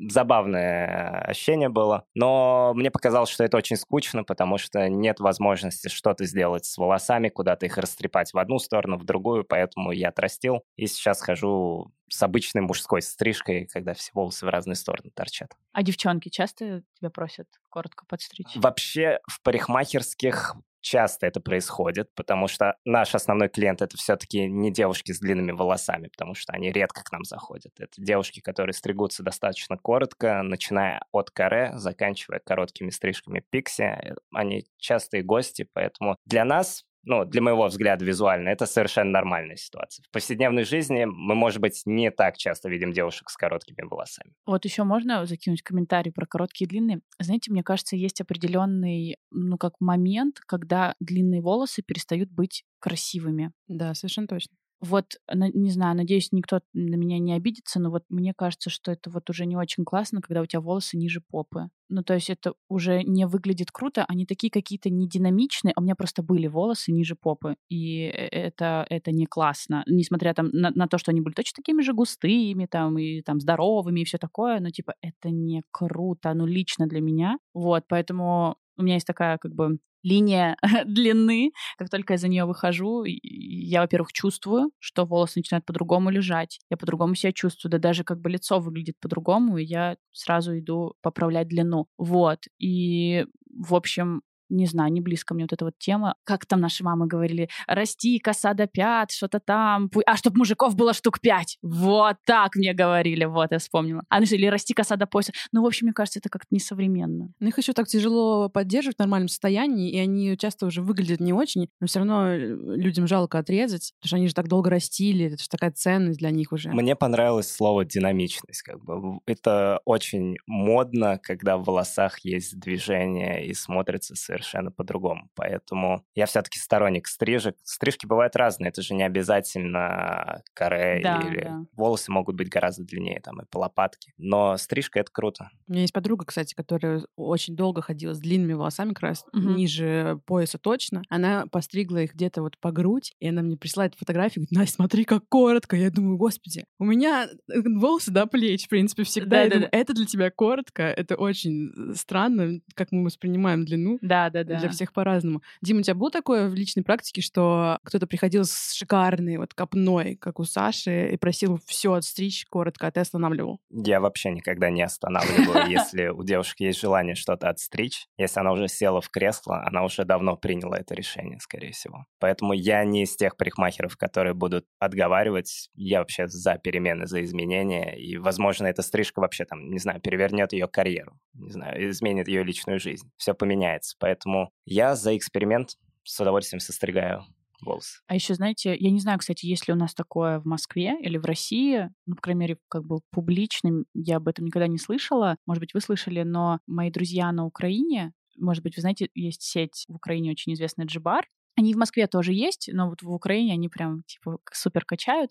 Забавное ощущение было. Но мне показалось, что это очень скучно, потому что нет возможности что-то сделать с волосами, куда-то их растрепать в одну сторону, в другую, поэтому я отрастил. И сейчас хожу с обычной мужской стрижкой, когда все волосы в разные стороны торчат. А девчонки часто тебя просят коротко подстричь? Вообще в парикмахерских часто это происходит, потому что наш основной клиент — это все-таки не девушки с длинными волосами, потому что они редко к нам заходят. Это девушки, которые стригутся достаточно коротко, начиная от каре, заканчивая короткими стрижками пикси. Они частые гости, поэтому для нас, ну, для моего взгляда визуально, это совершенно нормальная ситуация. В повседневной жизни мы, может быть, не так часто видим девушек с короткими волосами. Вот еще можно закинуть комментарий про короткие и длинные? Знаете, мне кажется, есть определенный, ну, как момент, когда длинные волосы перестают быть красивыми. Да, совершенно точно. Вот, не знаю, надеюсь, никто на меня не обидится, но вот мне кажется, что это вот уже не очень классно, когда у тебя волосы ниже попы. Ну, то есть это уже не выглядит круто, они такие какие-то не динамичные, а у меня просто были волосы ниже попы, и это не классно. Несмотря там на то, что они были точно такими же густыми, там, и там здоровыми, и все такое, но типа это не круто, ну, лично для меня. Вот, поэтому у меня есть такая как бы линия длины. Как только я за нее выхожу, я, во-первых, чувствую, что волосы начинают по-другому лежать. Я по-другому себя чувствую. Да даже как бы лицо выглядит по-другому, и я сразу иду поправлять длину. Вот. И, в общем, не знаю, не близко мне вот эта вот тема. Как там наши мамы говорили, расти, коса до пят, что-то там. А чтоб мужиков было штук 5. Вот так мне говорили, вот, я вспомнила. Или расти, коса до пояса. Ну, в общем, мне кажется, это как-то несовременно. Но их еще так тяжело поддерживать в нормальном состоянии, и они часто уже выглядят не очень, но все равно людям жалко отрезать, потому что они же так долго растили, это же такая ценность для них уже. Мне понравилось слово «динамичность». Как бы. Это очень модно, когда в волосах есть движение и смотрится совершенно по-другому. Поэтому я все-таки сторонник стрижек. Стрижки бывают разные. Это же не обязательно каре или волосы могут быть гораздо длиннее, там, и по лопатке. Но стрижка — это круто. У меня есть подруга, кстати, которая очень долго ходила с длинными волосами, как раз ниже пояса точно. Она постригла их где-то вот по грудь, и она мне присылает фотографию, говорит: Настя, смотри, как коротко. Я думаю, господи, у меня волосы до плеч, в принципе, всегда. Я думаю, это для тебя коротко, это очень странно, как мы воспринимаем длину. Да. Для всех по-разному. Дим, у тебя было такое в личной практике, что кто-то приходил с шикарной вот копной, как у Саши, и просил все отстричь коротко, а ты останавливал? Я вообще никогда не останавливаю, если у девушки есть желание что-то отстричь. Если она уже села в кресло, она уже давно приняла это решение, скорее всего. Поэтому я не из тех парикмахеров, которые будут отговаривать. Я вообще за перемены, за изменения. И, возможно, эта стрижка вообще там, не знаю, перевернет ее карьеру, не знаю, изменит ее личную жизнь. Все поменяется. Поэтому я за эксперимент, с удовольствием состригаю волосы. А еще, знаете, я не знаю, кстати, есть ли у нас такое в Москве или в России, ну, по крайней мере, как бы публичным, я об этом никогда не слышала. Может быть, вы слышали, но мои друзья на Украине, может быть, вы знаете, есть сеть в Украине очень известная Джибар. Они в Москве тоже есть, но вот в Украине они прям, типа, супер качают.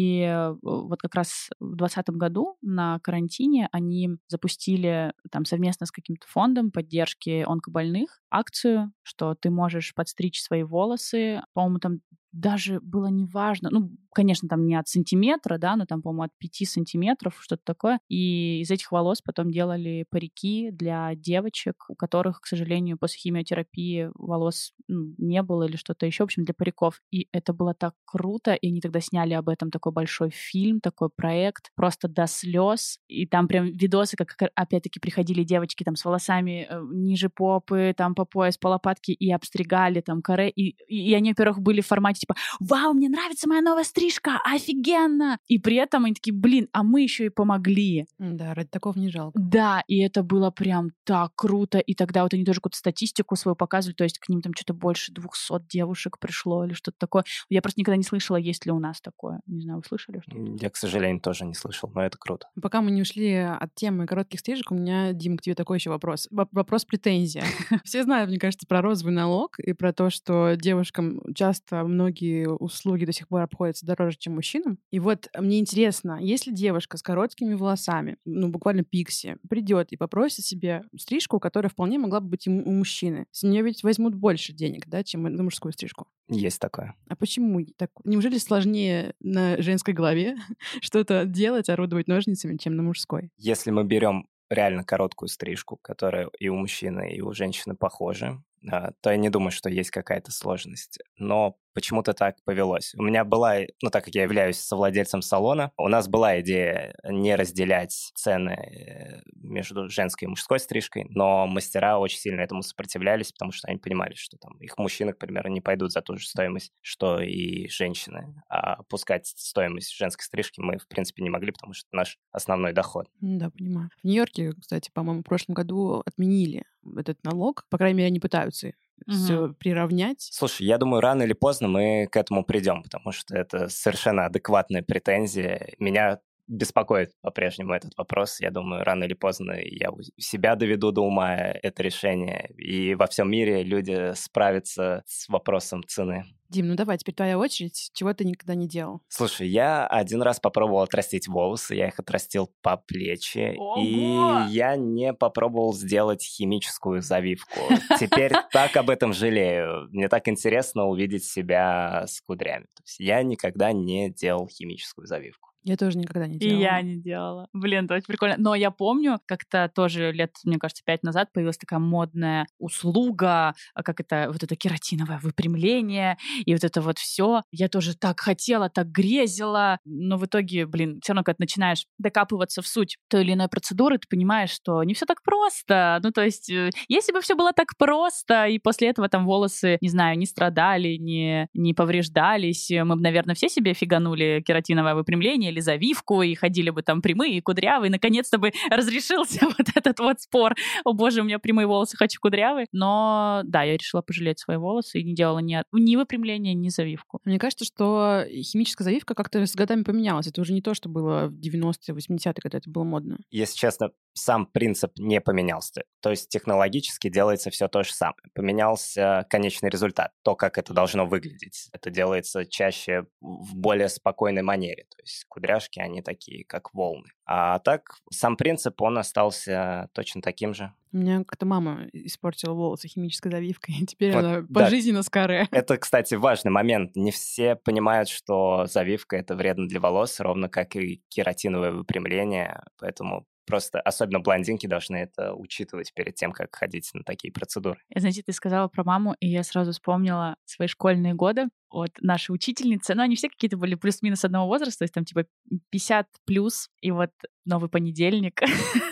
И вот как раз в 2020 году на карантине они запустили там совместно с каким-то фондом поддержки онкобольных акцию, что ты можешь подстричь свои волосы. По-моему, там даже было неважно, ну, конечно, там не от сантиметра, да, но там, по-моему, от 5 сантиметров, что-то такое. И из этих волос потом делали парики для девочек, у которых, к сожалению, после химиотерапии волос не было или что-то еще, в общем, для париков. И это было так круто, и они тогда сняли об этом такой большой фильм, такой проект, просто до слез. И там прям видосы, как опять-таки приходили девочки там с волосами ниже попы, там по пояс, по лопатке, и обстригали там каре. И они, во-первых, были в формате типа: «Вау, мне нравится моя новая стрижка, офигенно!» И при этом они такие: «Блин, а мы еще и помогли». Да, ради такого не жалко. Да, и это было прям так круто. И тогда вот они тоже какую-то статистику свою показывали, то есть к ним там что-то больше 200 девушек пришло или что-то такое. Я просто никогда не слышала, есть ли у нас такое. Не знаю, вы слышали что-то? Я, к сожалению, тоже не слышал, но это круто. Пока мы не ушли от темы коротких стрижек, у меня, Дим, к тебе такой еще вопрос. Вопрос-претензия. Все знают, мне кажется, про розовый налог и про то, что девушкам часто многие услуги до сих пор обходятся дороже, чем мужчинам. И вот мне интересно, если девушка с короткими волосами, буквально пикси, придет и попросит себе стрижку, которая вполне могла бы быть у мужчины, с нее ведь возьмут больше денег, да, чем на мужскую стрижку. Есть такое. А почему так? Неужели сложнее на женской голове что-то делать, орудовать ножницами, чем на мужской? Если мы берем реально короткую стрижку, которая и у мужчины, и у женщины похожа, то я не думаю, что есть какая-то сложность. Но почему-то так повелось. У меня была, так как я являюсь совладельцем салона, у нас была идея не разделять цены между женской и мужской стрижкой, но мастера очень сильно этому сопротивлялись, потому что они понимали, что там их мужчины, к примеру, не пойдут за ту же стоимость, что и женщины. А опускать стоимость женской стрижки мы, в принципе, не могли, потому что это наш основной доход. Да, понимаю. В Нью-Йорке, кстати, по-моему, в прошлом году отменили этот налог. По крайней мере, они пытаются все приравнять. Слушай, я думаю, рано или поздно мы к этому придем, потому что это совершенно адекватная претензия. Меня беспокоит по-прежнему этот вопрос. Я думаю, рано или поздно я у себя доведу до ума это решение, и во всем мире люди справятся с вопросом цены. Дим, давай, теперь твоя очередь. Чего ты никогда не делал? Слушай, я один раз попробовал отрастить волосы, я их отрастил по плечи, Ого! и я не попробовал сделать химическую завивку. Теперь так об этом жалею. Мне так интересно увидеть себя с кудрями. То есть я никогда не делал химическую завивку. Я тоже никогда не делала. И я не делала. Блин, это очень прикольно. Но я помню, как-то тоже лет, мне кажется, 5 назад появилась такая модная услуга, как это, вот это кератиновое выпрямление, и вот это вот все. Я тоже так хотела, так грезила, но в итоге, все равно, когда ты начинаешь докапываться в суть той или иной процедуры, ты понимаешь, что не все так просто. То есть, если бы все было так просто, и после этого там волосы, не знаю, не страдали, не повреждались, мы бы, наверное, все себе фиганули кератиновое выпрямление или завивку, и ходили бы там прямые и кудрявые, и наконец-то бы разрешился вот этот вот спор. О боже, у меня прямые волосы, хочу кудрявые. Но да, я решила пожалеть свои волосы и не делала ни выпрямления, ни завивку. Мне кажется, что химическая завивка как-то с годами поменялась. Это уже не то, что было в 90-е, 80-е, когда это было модно. Если честно, сам принцип не поменялся. То есть технологически делается все то же самое. Поменялся конечный результат, то, как это должно выглядеть. Это делается чаще в более спокойной манере. То есть кудряшки, они такие, как волны. А так, сам принцип, он остался точно таким же. У меня как-то мама испортила волосы химической завивкой, и теперь она пожизненно с каре. Это, кстати, важный момент. Не все понимают, что завивка — это вредно для волос, ровно как и кератиновое выпрямление. Поэтому просто особенно блондинки должны это учитывать перед тем, как ходить на такие процедуры. Знаете, ты сказала про маму, и я сразу вспомнила свои школьные годы. Вот наши учительницы, они все какие-то были плюс-минус одного возраста, то есть там типа 50 плюс, и вот новый понедельник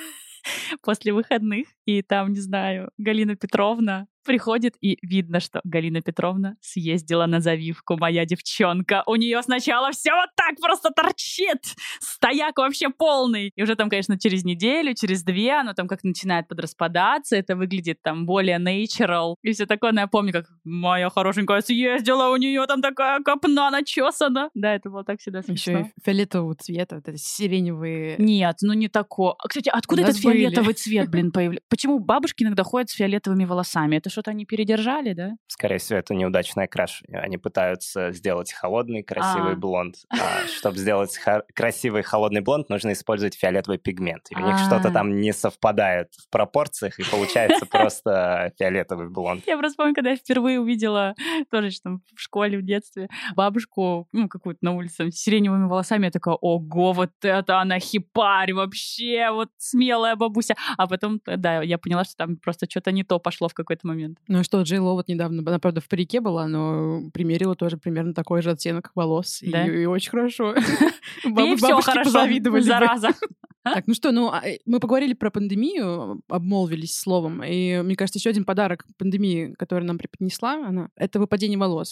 после выходных, и там, не знаю, Галина Петровна приходит, и видно, что Галина Петровна съездила на завивку, моя девчонка. У нее сначала все вот так просто торчит, стояк вообще полный. И уже там, конечно, через неделю, через 2, оно там как начинает подраспадаться, это выглядит там более natural и все такое. Но я помню, как моя хорошенькая съездила, у нее там такая копна начесана. Да, это было так всегда смешно. Еще и фиолетового цвета, вот эти сиреневые. Нет, не такое. Кстати, откуда этот фиолетовый цвет, появился? Почему бабушки иногда ходят с фиолетовыми волосами? Это что-то они передержали, да? Скорее всего, это неудачное окрашивание. Они пытаются сделать холодный, красивый блонд. А чтобы сделать красивый, холодный блонд, нужно использовать фиолетовый пигмент. И у них что-то там не совпадает в пропорциях, и получается просто фиолетовый блонд. Я просто помню, когда я впервые увидела, тоже там в школе, в детстве, бабушку, какую-то на улице, с сиреневыми волосами, я такая, ого, вот это она хипарь вообще, вот смелая бабуся. А потом, да, я поняла, что там просто что-то не то пошло в какой-то момент. Ну что, Джей Ло вот недавно, она, правда, в парике была, но примерила тоже примерно такой же оттенок волос. Да? И очень хорошо. И все хорошо, зараза. Так, мы поговорили про пандемию, обмолвились словом, и, мне кажется, еще один подарок пандемии, который нам преподнесла она, это выпадение волос.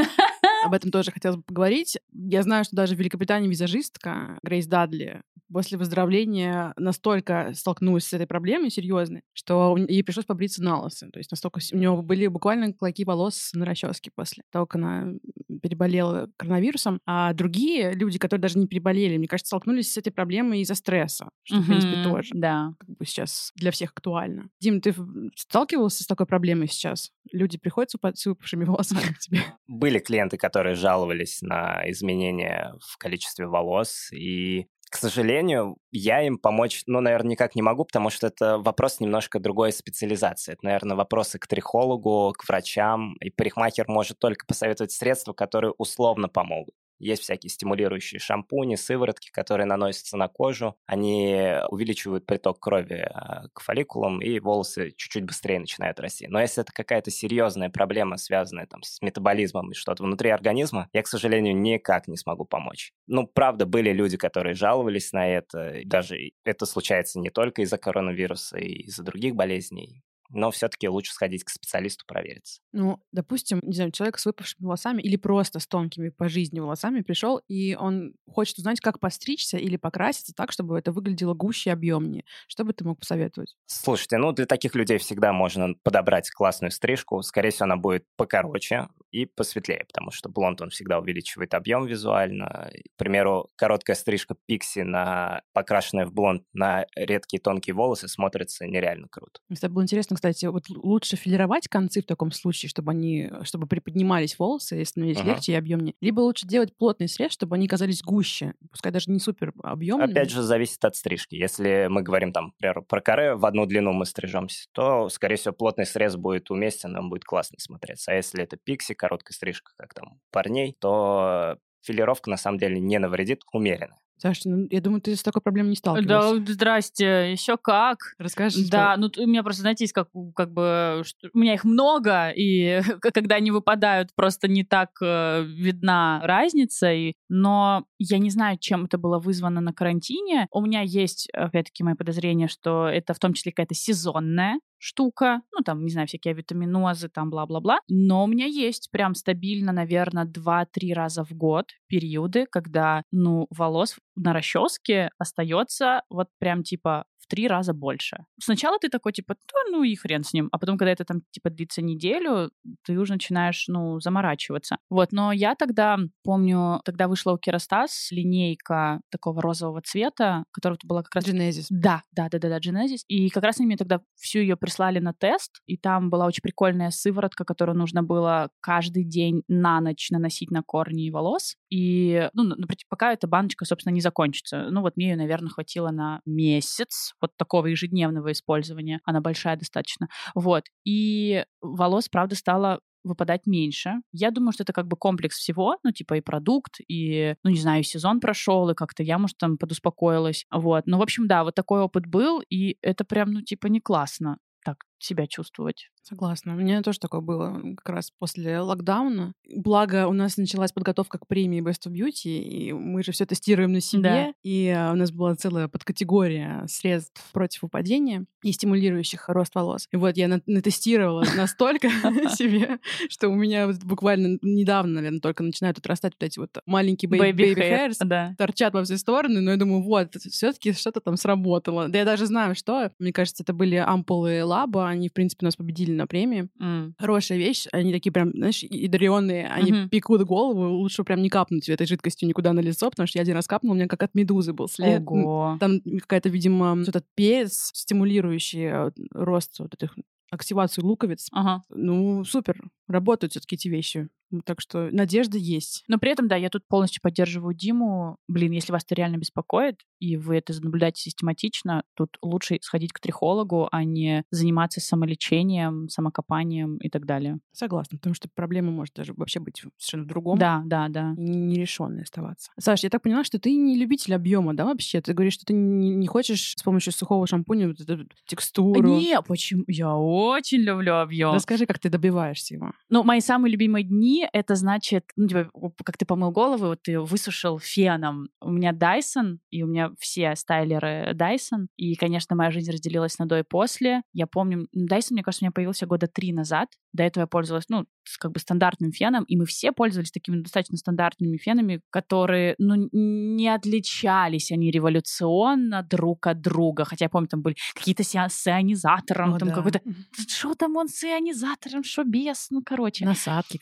Об этом тоже хотелось бы поговорить. Я знаю, что даже в Великобритании визажистка Грейс Дадли после выздоровления настолько столкнулась с этой проблемой серьезной, что ей пришлось побриться на лысо. То есть настолько у нее были буквально клоки волос на расческе после того, как она переболела коронавирусом. А другие люди, которые даже не переболели, мне кажется, столкнулись с этой проблемой из-за стресса, что, в принципе, тоже сейчас для всех актуально. Дим, ты сталкивался с такой проблемой сейчас? Люди приходят с выпавшими волосами к тебе? Были клиенты, которые которые жаловались на изменения в количестве волос, и, к сожалению, я им помочь, наверное, никак не могу, потому что это вопрос немножко другой специализации. Это, наверное, вопросы к трихологу, к врачам, и парикмахер может только посоветовать средства, которые условно помогут. Есть всякие стимулирующие шампуни, сыворотки, которые наносятся на кожу. Они увеличивают приток крови к фолликулам, и волосы чуть-чуть быстрее начинают расти. Но если это какая-то серьезная проблема, связанная там с метаболизмом и что-то внутри организма, я, к сожалению, никак не смогу помочь. Правда, были люди, которые жаловались на это. Даже это случается не только из-за коронавируса, и из-за других болезней. Но все-таки лучше сходить к специалисту провериться. Допустим, не знаю, человек с выпавшими волосами или просто с тонкими по жизни волосами пришел, и он хочет узнать, как постричься или покраситься так, чтобы это выглядело гуще и объемнее. Что бы ты мог посоветовать? Слушайте, для таких людей всегда можно подобрать классную стрижку. Скорее всего, она будет покороче и посветлее, потому что блонд, он всегда увеличивает объем визуально. К примеру, короткая стрижка пикси, покрашенная в блонд на редкие тонкие волосы, смотрится нереально круто. Это было интересно, кстати, лучше филировать концы в таком случае, чтобы приподнимались волосы и становились легче и объемнее. Либо лучше делать плотный срез, чтобы они казались гуще, пускай даже не супер объемными. Опять же, зависит от стрижки. Если мы говорим, например, про каре, в одну длину мы стрижемся, то, скорее всего, плотный срез будет уместен, он будет классно смотреться. А если это пикси, короткая стрижка, как там парней, то филировка, на самом деле, не навредит, умеренно. Саша, я думаю, ты с такой проблемой не сталкивалась. Да, здрасте, еще как. Расскажи, да, у меня просто, знаете, есть как бы... У меня их много, и когда они выпадают, просто не так видна разница. Но я не знаю, чем это было вызвано на карантине. У меня есть, опять-таки, мои подозрения, что это в том числе какая-то сезонная штука, не знаю, всякие витаминозы, бла-бла-бла. Но у меня есть прям стабильно, наверное, 2-3 раза в год периоды, когда, волос на расческе остается вот прям типа в 3 раза больше. Сначала ты такой, типа, и хрен с ним. А потом, когда это длится неделю, ты уже начинаешь, заморачиваться. Но я помню, тогда вышла у Kerastase линейка такого розового цвета, которая была как раз... Genesis. Да, Genesis. И как раз они мне тогда всю ее прислали на тест, и там была очень прикольная сыворотка, которую нужно было каждый день на ночь наносить на корни волос. И, пока эта баночка, собственно, не закончится. Мне ее, наверное, хватило на месяц вот такого ежедневного использования. Она большая достаточно. И волос, правда, стало выпадать меньше. Я думаю, что это как бы комплекс всего, и продукт, и, не знаю, сезон прошел, и как-то я, может, подуспокоилась. В общем, да, вот такой опыт был, и это прям, не классно так себя чувствовать. Согласна. У меня тоже такое было как раз после локдауна. Благо, у нас началась подготовка к премии Best of Beauty, и мы же все тестируем на себе. Да. И у нас была целая подкатегория средств против выпадения и стимулирующих рост волос. И я натестировала настолько себе, что у меня буквально недавно, наверное, только начинают отрастать вот эти маленькие baby hairs, торчат во все стороны, но я думаю, все-таки что-то там сработало. Да я даже знаю, что. Мне кажется, это были ампулы Лаба, они, в принципе, нас победили на премии. Хорошая вещь. Они такие прям, знаешь, ядреные, они пекут голову. Лучше прям не капнуть этой жидкостью никуда на лицо, потому что я один раз капнула, у меня как от медузы был след. Ого. Там какая-то, видимо, этот перец, стимулирующий рост этих активацию луковиц. Ага. Супер. Работают все-таки эти вещи. Так что надежда есть. Но при этом, да, я тут полностью поддерживаю Диму. Если вас это реально беспокоит, и вы это наблюдаете систематично, тут лучше сходить к трихологу, а не заниматься самолечением, самокопанием и так далее. Согласна, потому что проблема может даже вообще быть совершенно в другом. Да. И нерешенной оставаться. Саш, я так поняла, что ты не любитель объема, да, вообще? Ты говоришь, что ты не хочешь с помощью сухого шампуня вот эту текстуру. Не, почему? Я очень люблю объем. Расскажи, как ты добиваешься его. Мои самые любимые дни — это значит, как ты помыл голову, ты высушил феном. У меня Dyson, и у меня все стайлеры Dyson. И, конечно, моя жизнь разделилась на до и после. Я помню, Dyson, мне кажется, у меня появился 3 года назад. До этого я пользовалась, как бы стандартным феном, и мы все пользовались такими достаточно стандартными фенами, которые, не отличались они революционно друг от друга. Хотя я помню, там были какие-то с ионизатором, какой-то... Что там он с ионизатором, что без? Насадки какие-то.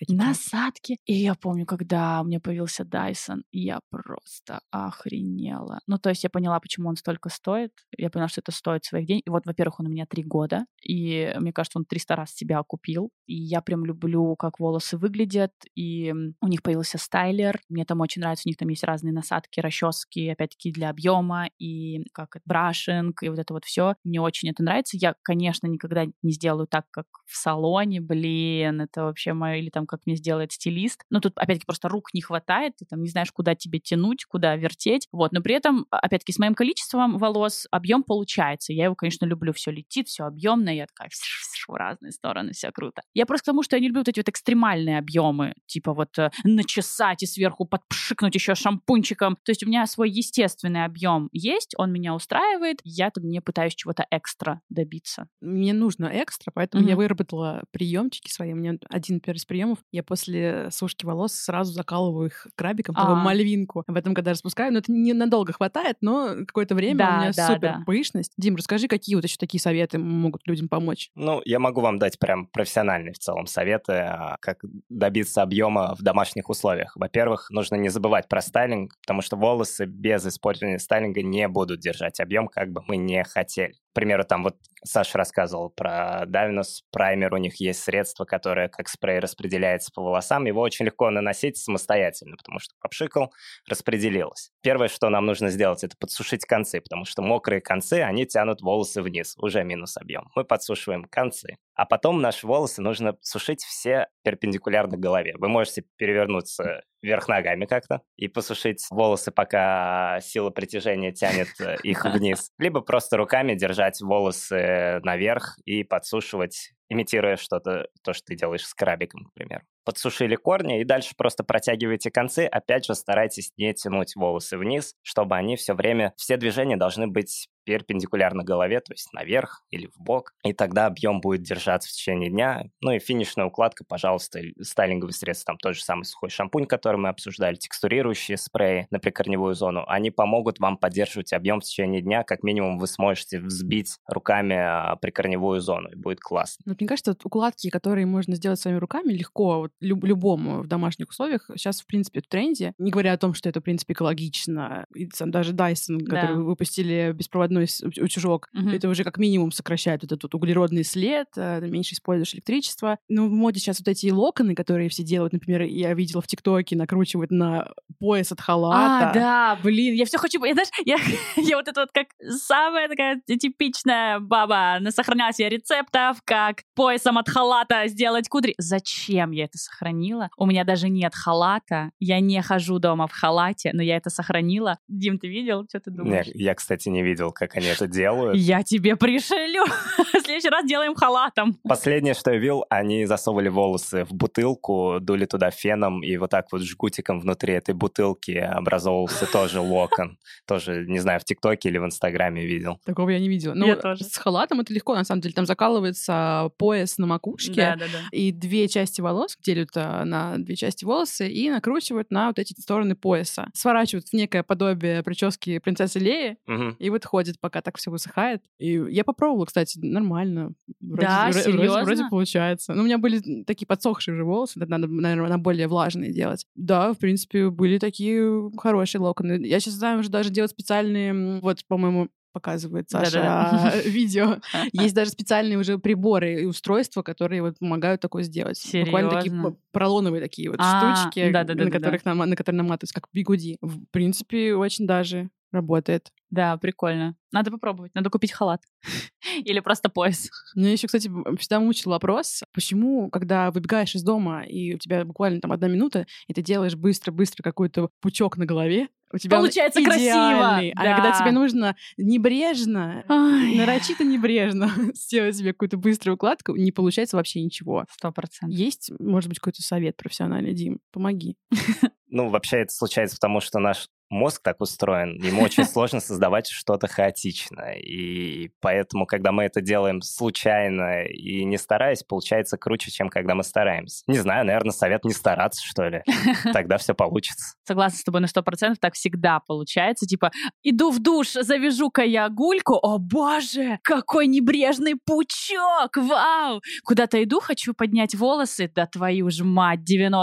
насадки. И я помню, когда у меня появился Dyson, я просто охренела. Ну, то есть я поняла, почему он столько стоит. Я поняла, что это стоит своих денег. И вот, во-первых, он у меня 3 года. И мне кажется, он 300 раз себя окупил. И я прям люблю, как волосы выглядят. И у них появился стайлер. Мне там очень нравится. У них там есть разные насадки, расчески, опять-таки, для объема. И как брашинг, и вот это вот все. Мне очень это нравится. Я, конечно, никогда не сделаю так, как в салоне. Блин, это вообще мое... Или там, как мне сделает стилист. Но тут, опять-таки, просто рук не хватает. Ты там не знаешь, куда тебе тянуть, куда вертеть. Вот. Но при этом, опять-таки, с моим количеством волос объем получается. Я его, конечно, люблю. Все летит, все объемное. Я такая в разные стороны, все круто. Я просто к тому, что я не люблю вот эти вот экстремальные объемы. Типа вот начесать и сверху подпшикнуть еще шампунчиком. То есть у меня свой естественный объем есть, он меня устраивает. Я там не пытаюсь чего-то экстра добиться. Мне нужно экстра, поэтому я выработала приемчики свои. У меня один из приемов. Я после сушки волос сразу закалываю их крабиком, такую мальвинку. В этом, когда распускаю, но это ненадолго хватает, но какое-то время у меня супер пышность. Дим, расскажи, какие вот еще такие советы могут людям помочь? Ну, я могу вам дать прям профессиональные в целом советы, как добиться объема в домашних условиях. Во-первых, нужно не забывать про стайлинг, потому что волосы без использования стайлинга не будут держать объем, как бы мы не хотели. К примеру, там вот Саша рассказывал про Davinos праймер, у них есть средство, которое как спрей распределяется по волосам, его очень легко наносить самостоятельно, потому что попшикал, распределилось. Первое, что нам нужно сделать, это подсушить концы, потому что мокрые концы, они тянут волосы вниз, уже минус объем. Мы подсушиваем концы. А потом наши волосы нужно сушить все перпендикулярно голове. Вы можете перевернуться вверх ногами как-то и посушить волосы, пока сила притяжения тянет их вниз. Либо просто руками держать волосы наверх и подсушивать, имитируя что-то, то, что ты делаешь с крабиком, к примеру. Подсушили корни, и дальше просто протягивайте концы. Опять же, старайтесь не тянуть волосы вниз, чтобы они все время, все движения должны быть перпендикулярно голове, то есть наверх или в бок, и тогда объем будет держаться в течение дня. Ну и финишная укладка, пожалуйста, стайлинговые средства, там тот же самый сухой шампунь, который мы обсуждали, текстурирующие спреи на прикорневую зону, они помогут вам поддерживать объем в течение дня, как минимум вы сможете взбить руками прикорневую зону, и будет классно. Но мне кажется, вот укладки, которые можно сделать своими руками, легко, вот любому в домашних условиях, сейчас, в принципе, в тренде, не говоря о том, что это, в принципе, экологично, и сам даже Dyson, который выпустили беспроводной утюжок, это уже как минимум сокращает вот этот углеродный след, меньше используешь электричество. Но в моде сейчас вот эти локоны, которые все делают, например, я видела в ТикТоке, накручивают на пояс от халата. Да, блин, я все хочу... Я вот это вот как самая такая типичная баба сохраняла себе рецептов, как поясом от халата сделать кудри. Зачем я это сохранила? У меня даже нет халата, я не хожу дома в халате, но я это сохранила. Дим, ты видел? Что ты думаешь? Нет, я, кстати, не видел, как они это делают. Я тебе пришлю. В следующий раз делаем халатом. Последнее, что я видел, они засовывали волосы в бутылку, дули туда феном, и вот так вот жгутиком внутри этой бутылки образовывался тоже локон. Тоже, не знаю, в ТикТоке или в Инстаграме видел. Такого я не видела. Я тоже. С халатом это легко, на самом деле. Там закалывается пояс на макушке, и 2 части волос делят на 2 части волосы и накручивают на вот эти стороны пояса. Сворачивают в некое подобие прически принцессы Леи, и вот ходит, пока так все высыхает. И я попробовала, кстати, нормально. Вроде получается. Но у меня были такие подсохшие уже волосы, это надо, наверное, на более влажные делать. Да, в принципе, были такие хорошие локоны. Я сейчас знаю уже даже делать специальные, вот, по-моему, показывает Саша видео. Есть даже специальные уже приборы и устройства, которые вот помогают такое сделать. Серьезно? Буквально такие поролоновые такие вот штучки, на которые наматываются, как бигуди. В принципе, очень даже работает. Да, прикольно. Надо попробовать. Надо купить халат. Или просто пояс. Меня еще, кстати, всегда мучил вопрос, почему, когда выбегаешь из дома, и у тебя буквально там 1 минута, и ты делаешь быстро-быстро какой-то пучок на голове, у тебя получается красиво. А когда тебе нужно небрежно, нарочито небрежно сделать себе какую-то быструю укладку, не получается вообще ничего. 100%. Есть, может быть, какой-то совет профессиональный, Дим? Помоги. Ну, вообще это случается потому, что наш мозг так устроен, ему очень сложно создавать что-то хаотичное. И поэтому, когда мы это делаем случайно и не стараясь, получается круче, чем когда мы стараемся. Не знаю, наверное, совет не стараться, что ли. Тогда все получится. Согласна с тобой на 100%, так всегда получается. Типа, иду в душ, завяжу-ка я гульку, о боже, какой небрежный пучок, вау! Куда-то иду, хочу поднять волосы, да твою ж мать,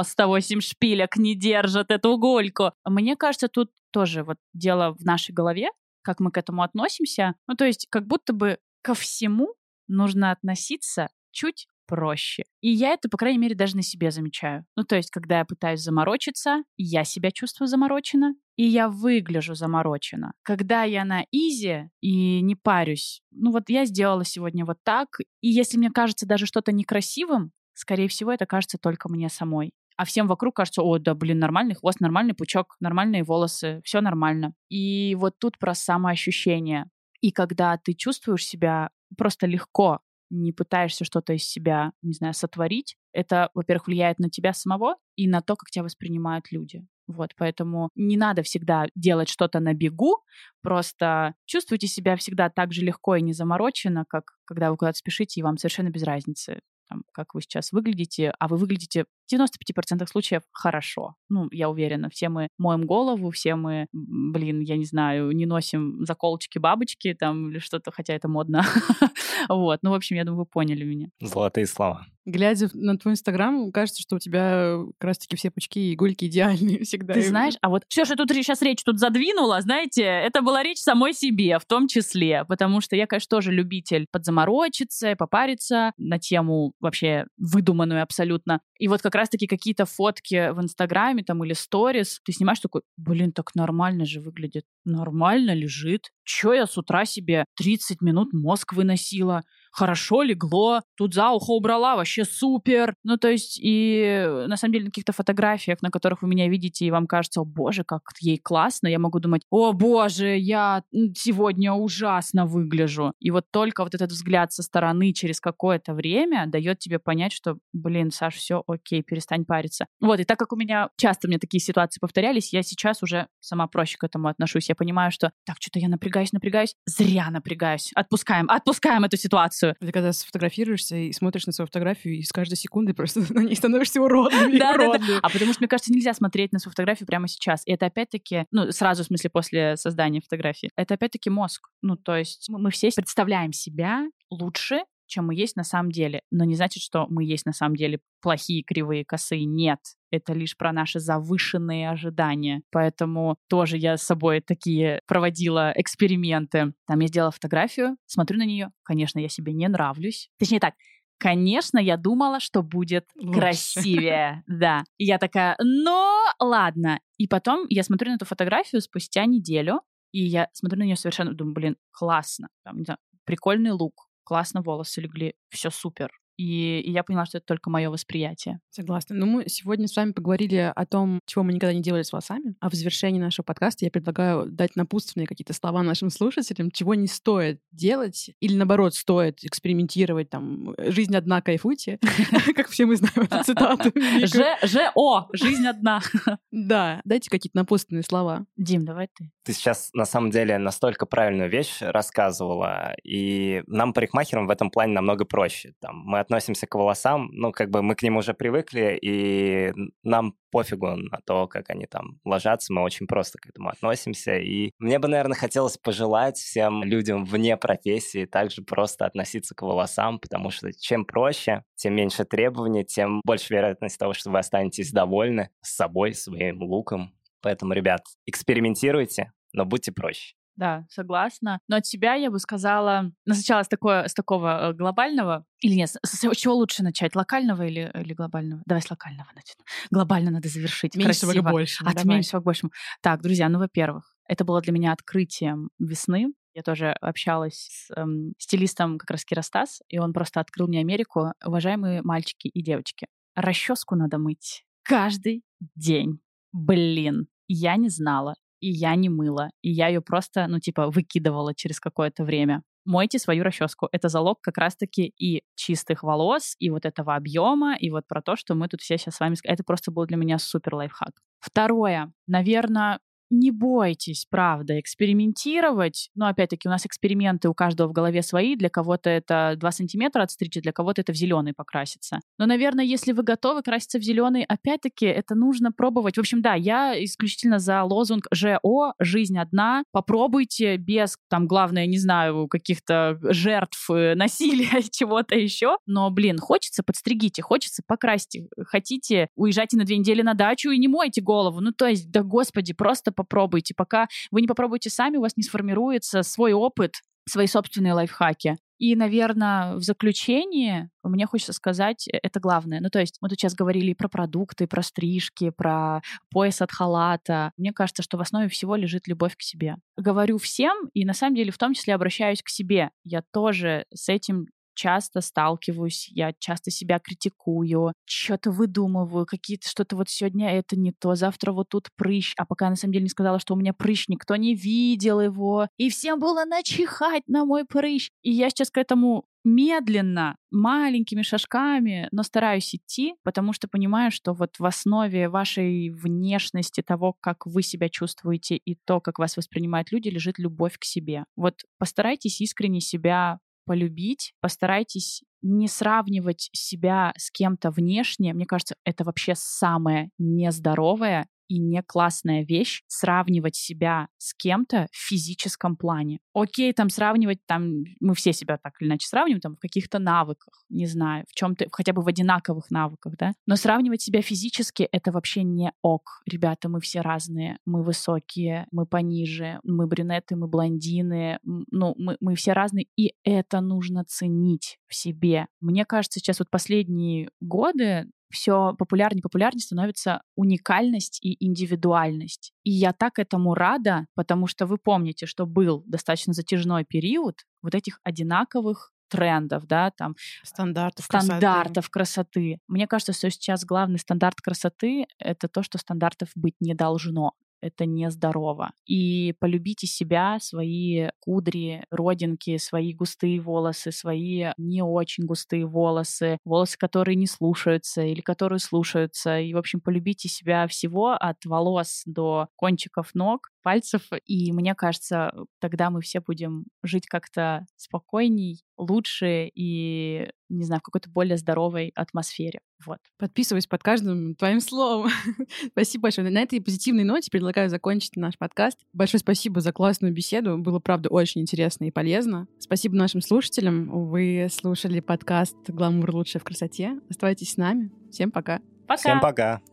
98 шпилек не держат эту гульку. Мне кажется, тут тоже вот дело в нашей голове, как мы к этому относимся. Ну, то есть, как будто бы ко всему нужно относиться чуть проще. И я это, по крайней мере, даже на себе замечаю. Ну, то есть, когда я пытаюсь заморочиться, я себя чувствую замороченно, и я выгляжу замороченно. Когда я на изи и не парюсь, ну вот я сделала сегодня вот так, и если мне кажется даже что-то некрасивым, скорее всего, это кажется только мне самой. А всем вокруг кажется, о, да, блин, нормальный хвост, нормальный пучок, нормальные волосы, все нормально. И вот тут про самоощущение. И когда ты чувствуешь себя просто легко, не пытаешься что-то из себя, не знаю, сотворить, это, во-первых, влияет на тебя самого и на то, как тебя воспринимают люди. Вот, поэтому не надо всегда делать что-то на бегу, просто чувствуйте себя всегда так же легко и не замороченно, как когда вы куда-то спешите, и вам совершенно без разницы, там, как вы сейчас выглядите, а вы выглядите в 95% случаев хорошо. Ну, я уверена, все мы моем голову, все мы, блин, я не знаю, не носим заколочки-бабочки там или что-то, хотя это модно. Вот, ну, в общем, я думаю, вы поняли меня. Золотые слова. Глядя на твой Инстаграм, кажется, что у тебя как раз-таки все пучки и гульки идеальные всегда. Ты знаешь, а вот все, что тут сейчас речь тут задвинула, знаете, это была речь самой себе в том числе, потому что я, конечно, тоже любитель подзаморочиться, попариться на тему вообще выдуманную абсолютно. И вот как раз-таки какие-то фотки в Инстаграме там или сторис, ты снимаешь такой, блин, так нормально же выглядит, нормально лежит. Чё я с утра себе 30 минут мозг выносила? Хорошо легло, тут за ухо убрала, вообще супер. Ну, то есть, и на самом деле на каких-то фотографиях, на которых вы меня видите, и вам кажется, о боже, как ей классно, я могу думать, о боже, я сегодня ужасно выгляжу. И вот только вот этот взгляд со стороны через какое-то время дает тебе понять, что, блин, Саш, все окей, перестань париться. Вот, и так как у меня часто мне такие ситуации повторялись, я сейчас уже сама проще к этому отношусь. Я понимаю, что так, что-то я напрягаюсь, зря напрягаюсь. Отпускаем эту ситуацию. Ты когда сфотографируешься и смотришь на свою фотографию, и с каждой секунды просто на ней становишься уродным. Да. А потому что, мне кажется, нельзя смотреть на свою фотографию прямо сейчас. И это опять-таки, ну, сразу, в смысле, после создания фотографии. Это опять-таки мозг. Ну, то есть мы все представляем себя лучше, чем мы есть на самом деле. Но не значит, что мы есть на самом деле плохие, кривые, косые. Нет. Это лишь про наши завышенные ожидания. Поэтому тоже я с собой такие проводила эксперименты. Там я сделала фотографию, смотрю на нее. Конечно, я себе не нравлюсь. Точнее так, конечно, я думала, что будет лучше. Красивее. Да. И я такая, ну, ладно. И потом я смотрю на эту фотографию спустя неделю, и я смотрю на нее совершенно, думаю, блин, классно. Там, не знаю, прикольный лук, классно волосы легли, все супер. И я поняла, что это только мое восприятие. Согласна. Ну, мы сегодня с вами поговорили о том, чего мы никогда не делали с волосами. А в завершении нашего подкаста я предлагаю дать напутственные какие-то слова нашим слушателям, чего не стоит делать, или наоборот, стоит экспериментировать. Там, жизнь одна, кайфуйте. Как все мы знаем эту цитату. ЖО, жизнь одна. Да, дайте какие-то напутственные слова. Дим, давай ты. Ты сейчас, на самом деле, настолько правильную вещь рассказывала, и нам, парикмахерам, в этом плане намного проще. Там, мы относимся к волосам, ну, как бы мы к ним уже привыкли, и нам пофигу на то, как они там ложатся, мы очень просто к этому относимся. И мне бы, наверное, хотелось пожелать всем людям вне профессии также просто относиться к волосам, потому что чем проще, тем меньше требований, тем больше вероятность того, что вы останетесь довольны собой, своим луком. Поэтому, ребят, экспериментируйте, но будьте проще. Да, согласна. Но от себя я бы сказала, ну, сначала с такого глобального, или нет, с чего лучше начать, локального или глобального? Давай с локального начнем. Глобально надо завершить. Меньшего красиво. к большему. От меньшего к большему. Так, друзья, ну, во-первых, это было для меня открытием весны. Я тоже общалась с стилистом как раз Кирастас, и он просто открыл мне Америку. Уважаемые мальчики и девочки, расческу надо мыть каждый день. Блин, я не знала, и я не мыла, и я ее просто, ну, типа, выкидывала через какое-то время. Мойте свою расческу. Это залог как раз-таки и чистых волос, и вот этого объема, и вот про то, что мы тут все сейчас с вами... Это просто был для меня супер лайфхак. Второе. Наверное, не бойтесь, правда, экспериментировать. Но, опять-таки, у нас эксперименты у каждого в голове свои. Для кого-то это 2 сантиметра отстричь, для кого-то это в зеленый покраситься. Но, наверное, если вы готовы краситься в зеленый, опять-таки, это нужно пробовать. В общем, да, я исключительно за лозунг ЖО, жизнь одна. Попробуйте без, там, главное, не знаю, каких-то жертв, насилия, чего-то еще. Но, блин, хочется, подстригите, хочется, покрасьте. Хотите, уезжайте на 2 недели на дачу и не мойте голову. Ну, то есть, да господи, просто попробуйте. Пока вы не попробуете сами, у вас не сформируется свой опыт, свои собственные лайфхаки. И, наверное, в заключение мне хочется сказать, это главное. Ну, то есть мы тут сейчас говорили про продукты, про стрижки, про пояс от халата. Мне кажется, что в основе всего лежит любовь к себе. Говорю всем, и на самом деле в том числе обращаюсь к себе. Я тоже с этим часто сталкиваюсь, я часто себя критикую, что-то выдумываю, какие-то что-то вот сегодня это не то, завтра вот тут прыщ, а пока я на самом деле не сказала, что у меня прыщ, никто не видел его, и всем было начихать на мой прыщ. И я сейчас к этому медленно, маленькими шажками, но стараюсь идти, потому что понимаю, что вот в основе вашей внешности, того, как вы себя чувствуете и то, как вас воспринимают люди, лежит любовь к себе. Вот постарайтесь искренне себя полюбить, постарайтесь не сравнивать себя с кем-то внешне. Мне кажется, это вообще самое нездоровое и не классная вещь — сравнивать себя с кем-то в физическом плане. Окей, там сравнивать, там мы все себя так или иначе сравниваем, там в каких-то навыках, не знаю, в чем-то, хотя бы в одинаковых навыках, да. Но сравнивать себя физически — это вообще не ок. Ребята, мы все разные, мы высокие, мы пониже, мы брюнеты, мы блондины, ну, мы все разные, и это нужно ценить в себе. Мне кажется, сейчас вот последние годы все популярнее и популярнее становится уникальность и индивидуальность. И я так этому рада, потому что вы помните, что был достаточно затяжной период вот этих одинаковых трендов, да, там стандартов красоты. Мне кажется, что сейчас главный стандарт красоты — это то, что стандартов быть не должно. Это нездорово. И полюбите себя, свои кудри, родинки, свои густые волосы, свои не очень густые волосы, волосы, которые не слушаются или которые слушаются. И, в общем, полюбите себя всего от волос до кончиков ног, пальцев. И мне кажется, тогда мы все будем жить как-то спокойней, лучше и, не знаю, в какой-то более здоровой атмосфере. Вот. Подписываюсь под каждым твоим словом. Спасибо большое. На этой позитивной ноте предлагаю закончить наш подкаст. Большое спасибо за классную беседу. Было, правда, очень интересно и полезно. Спасибо нашим слушателям. Вы слушали подкаст «Гламур лучшее в красоте». Оставайтесь с нами. Всем пока. Пока. Всем пока.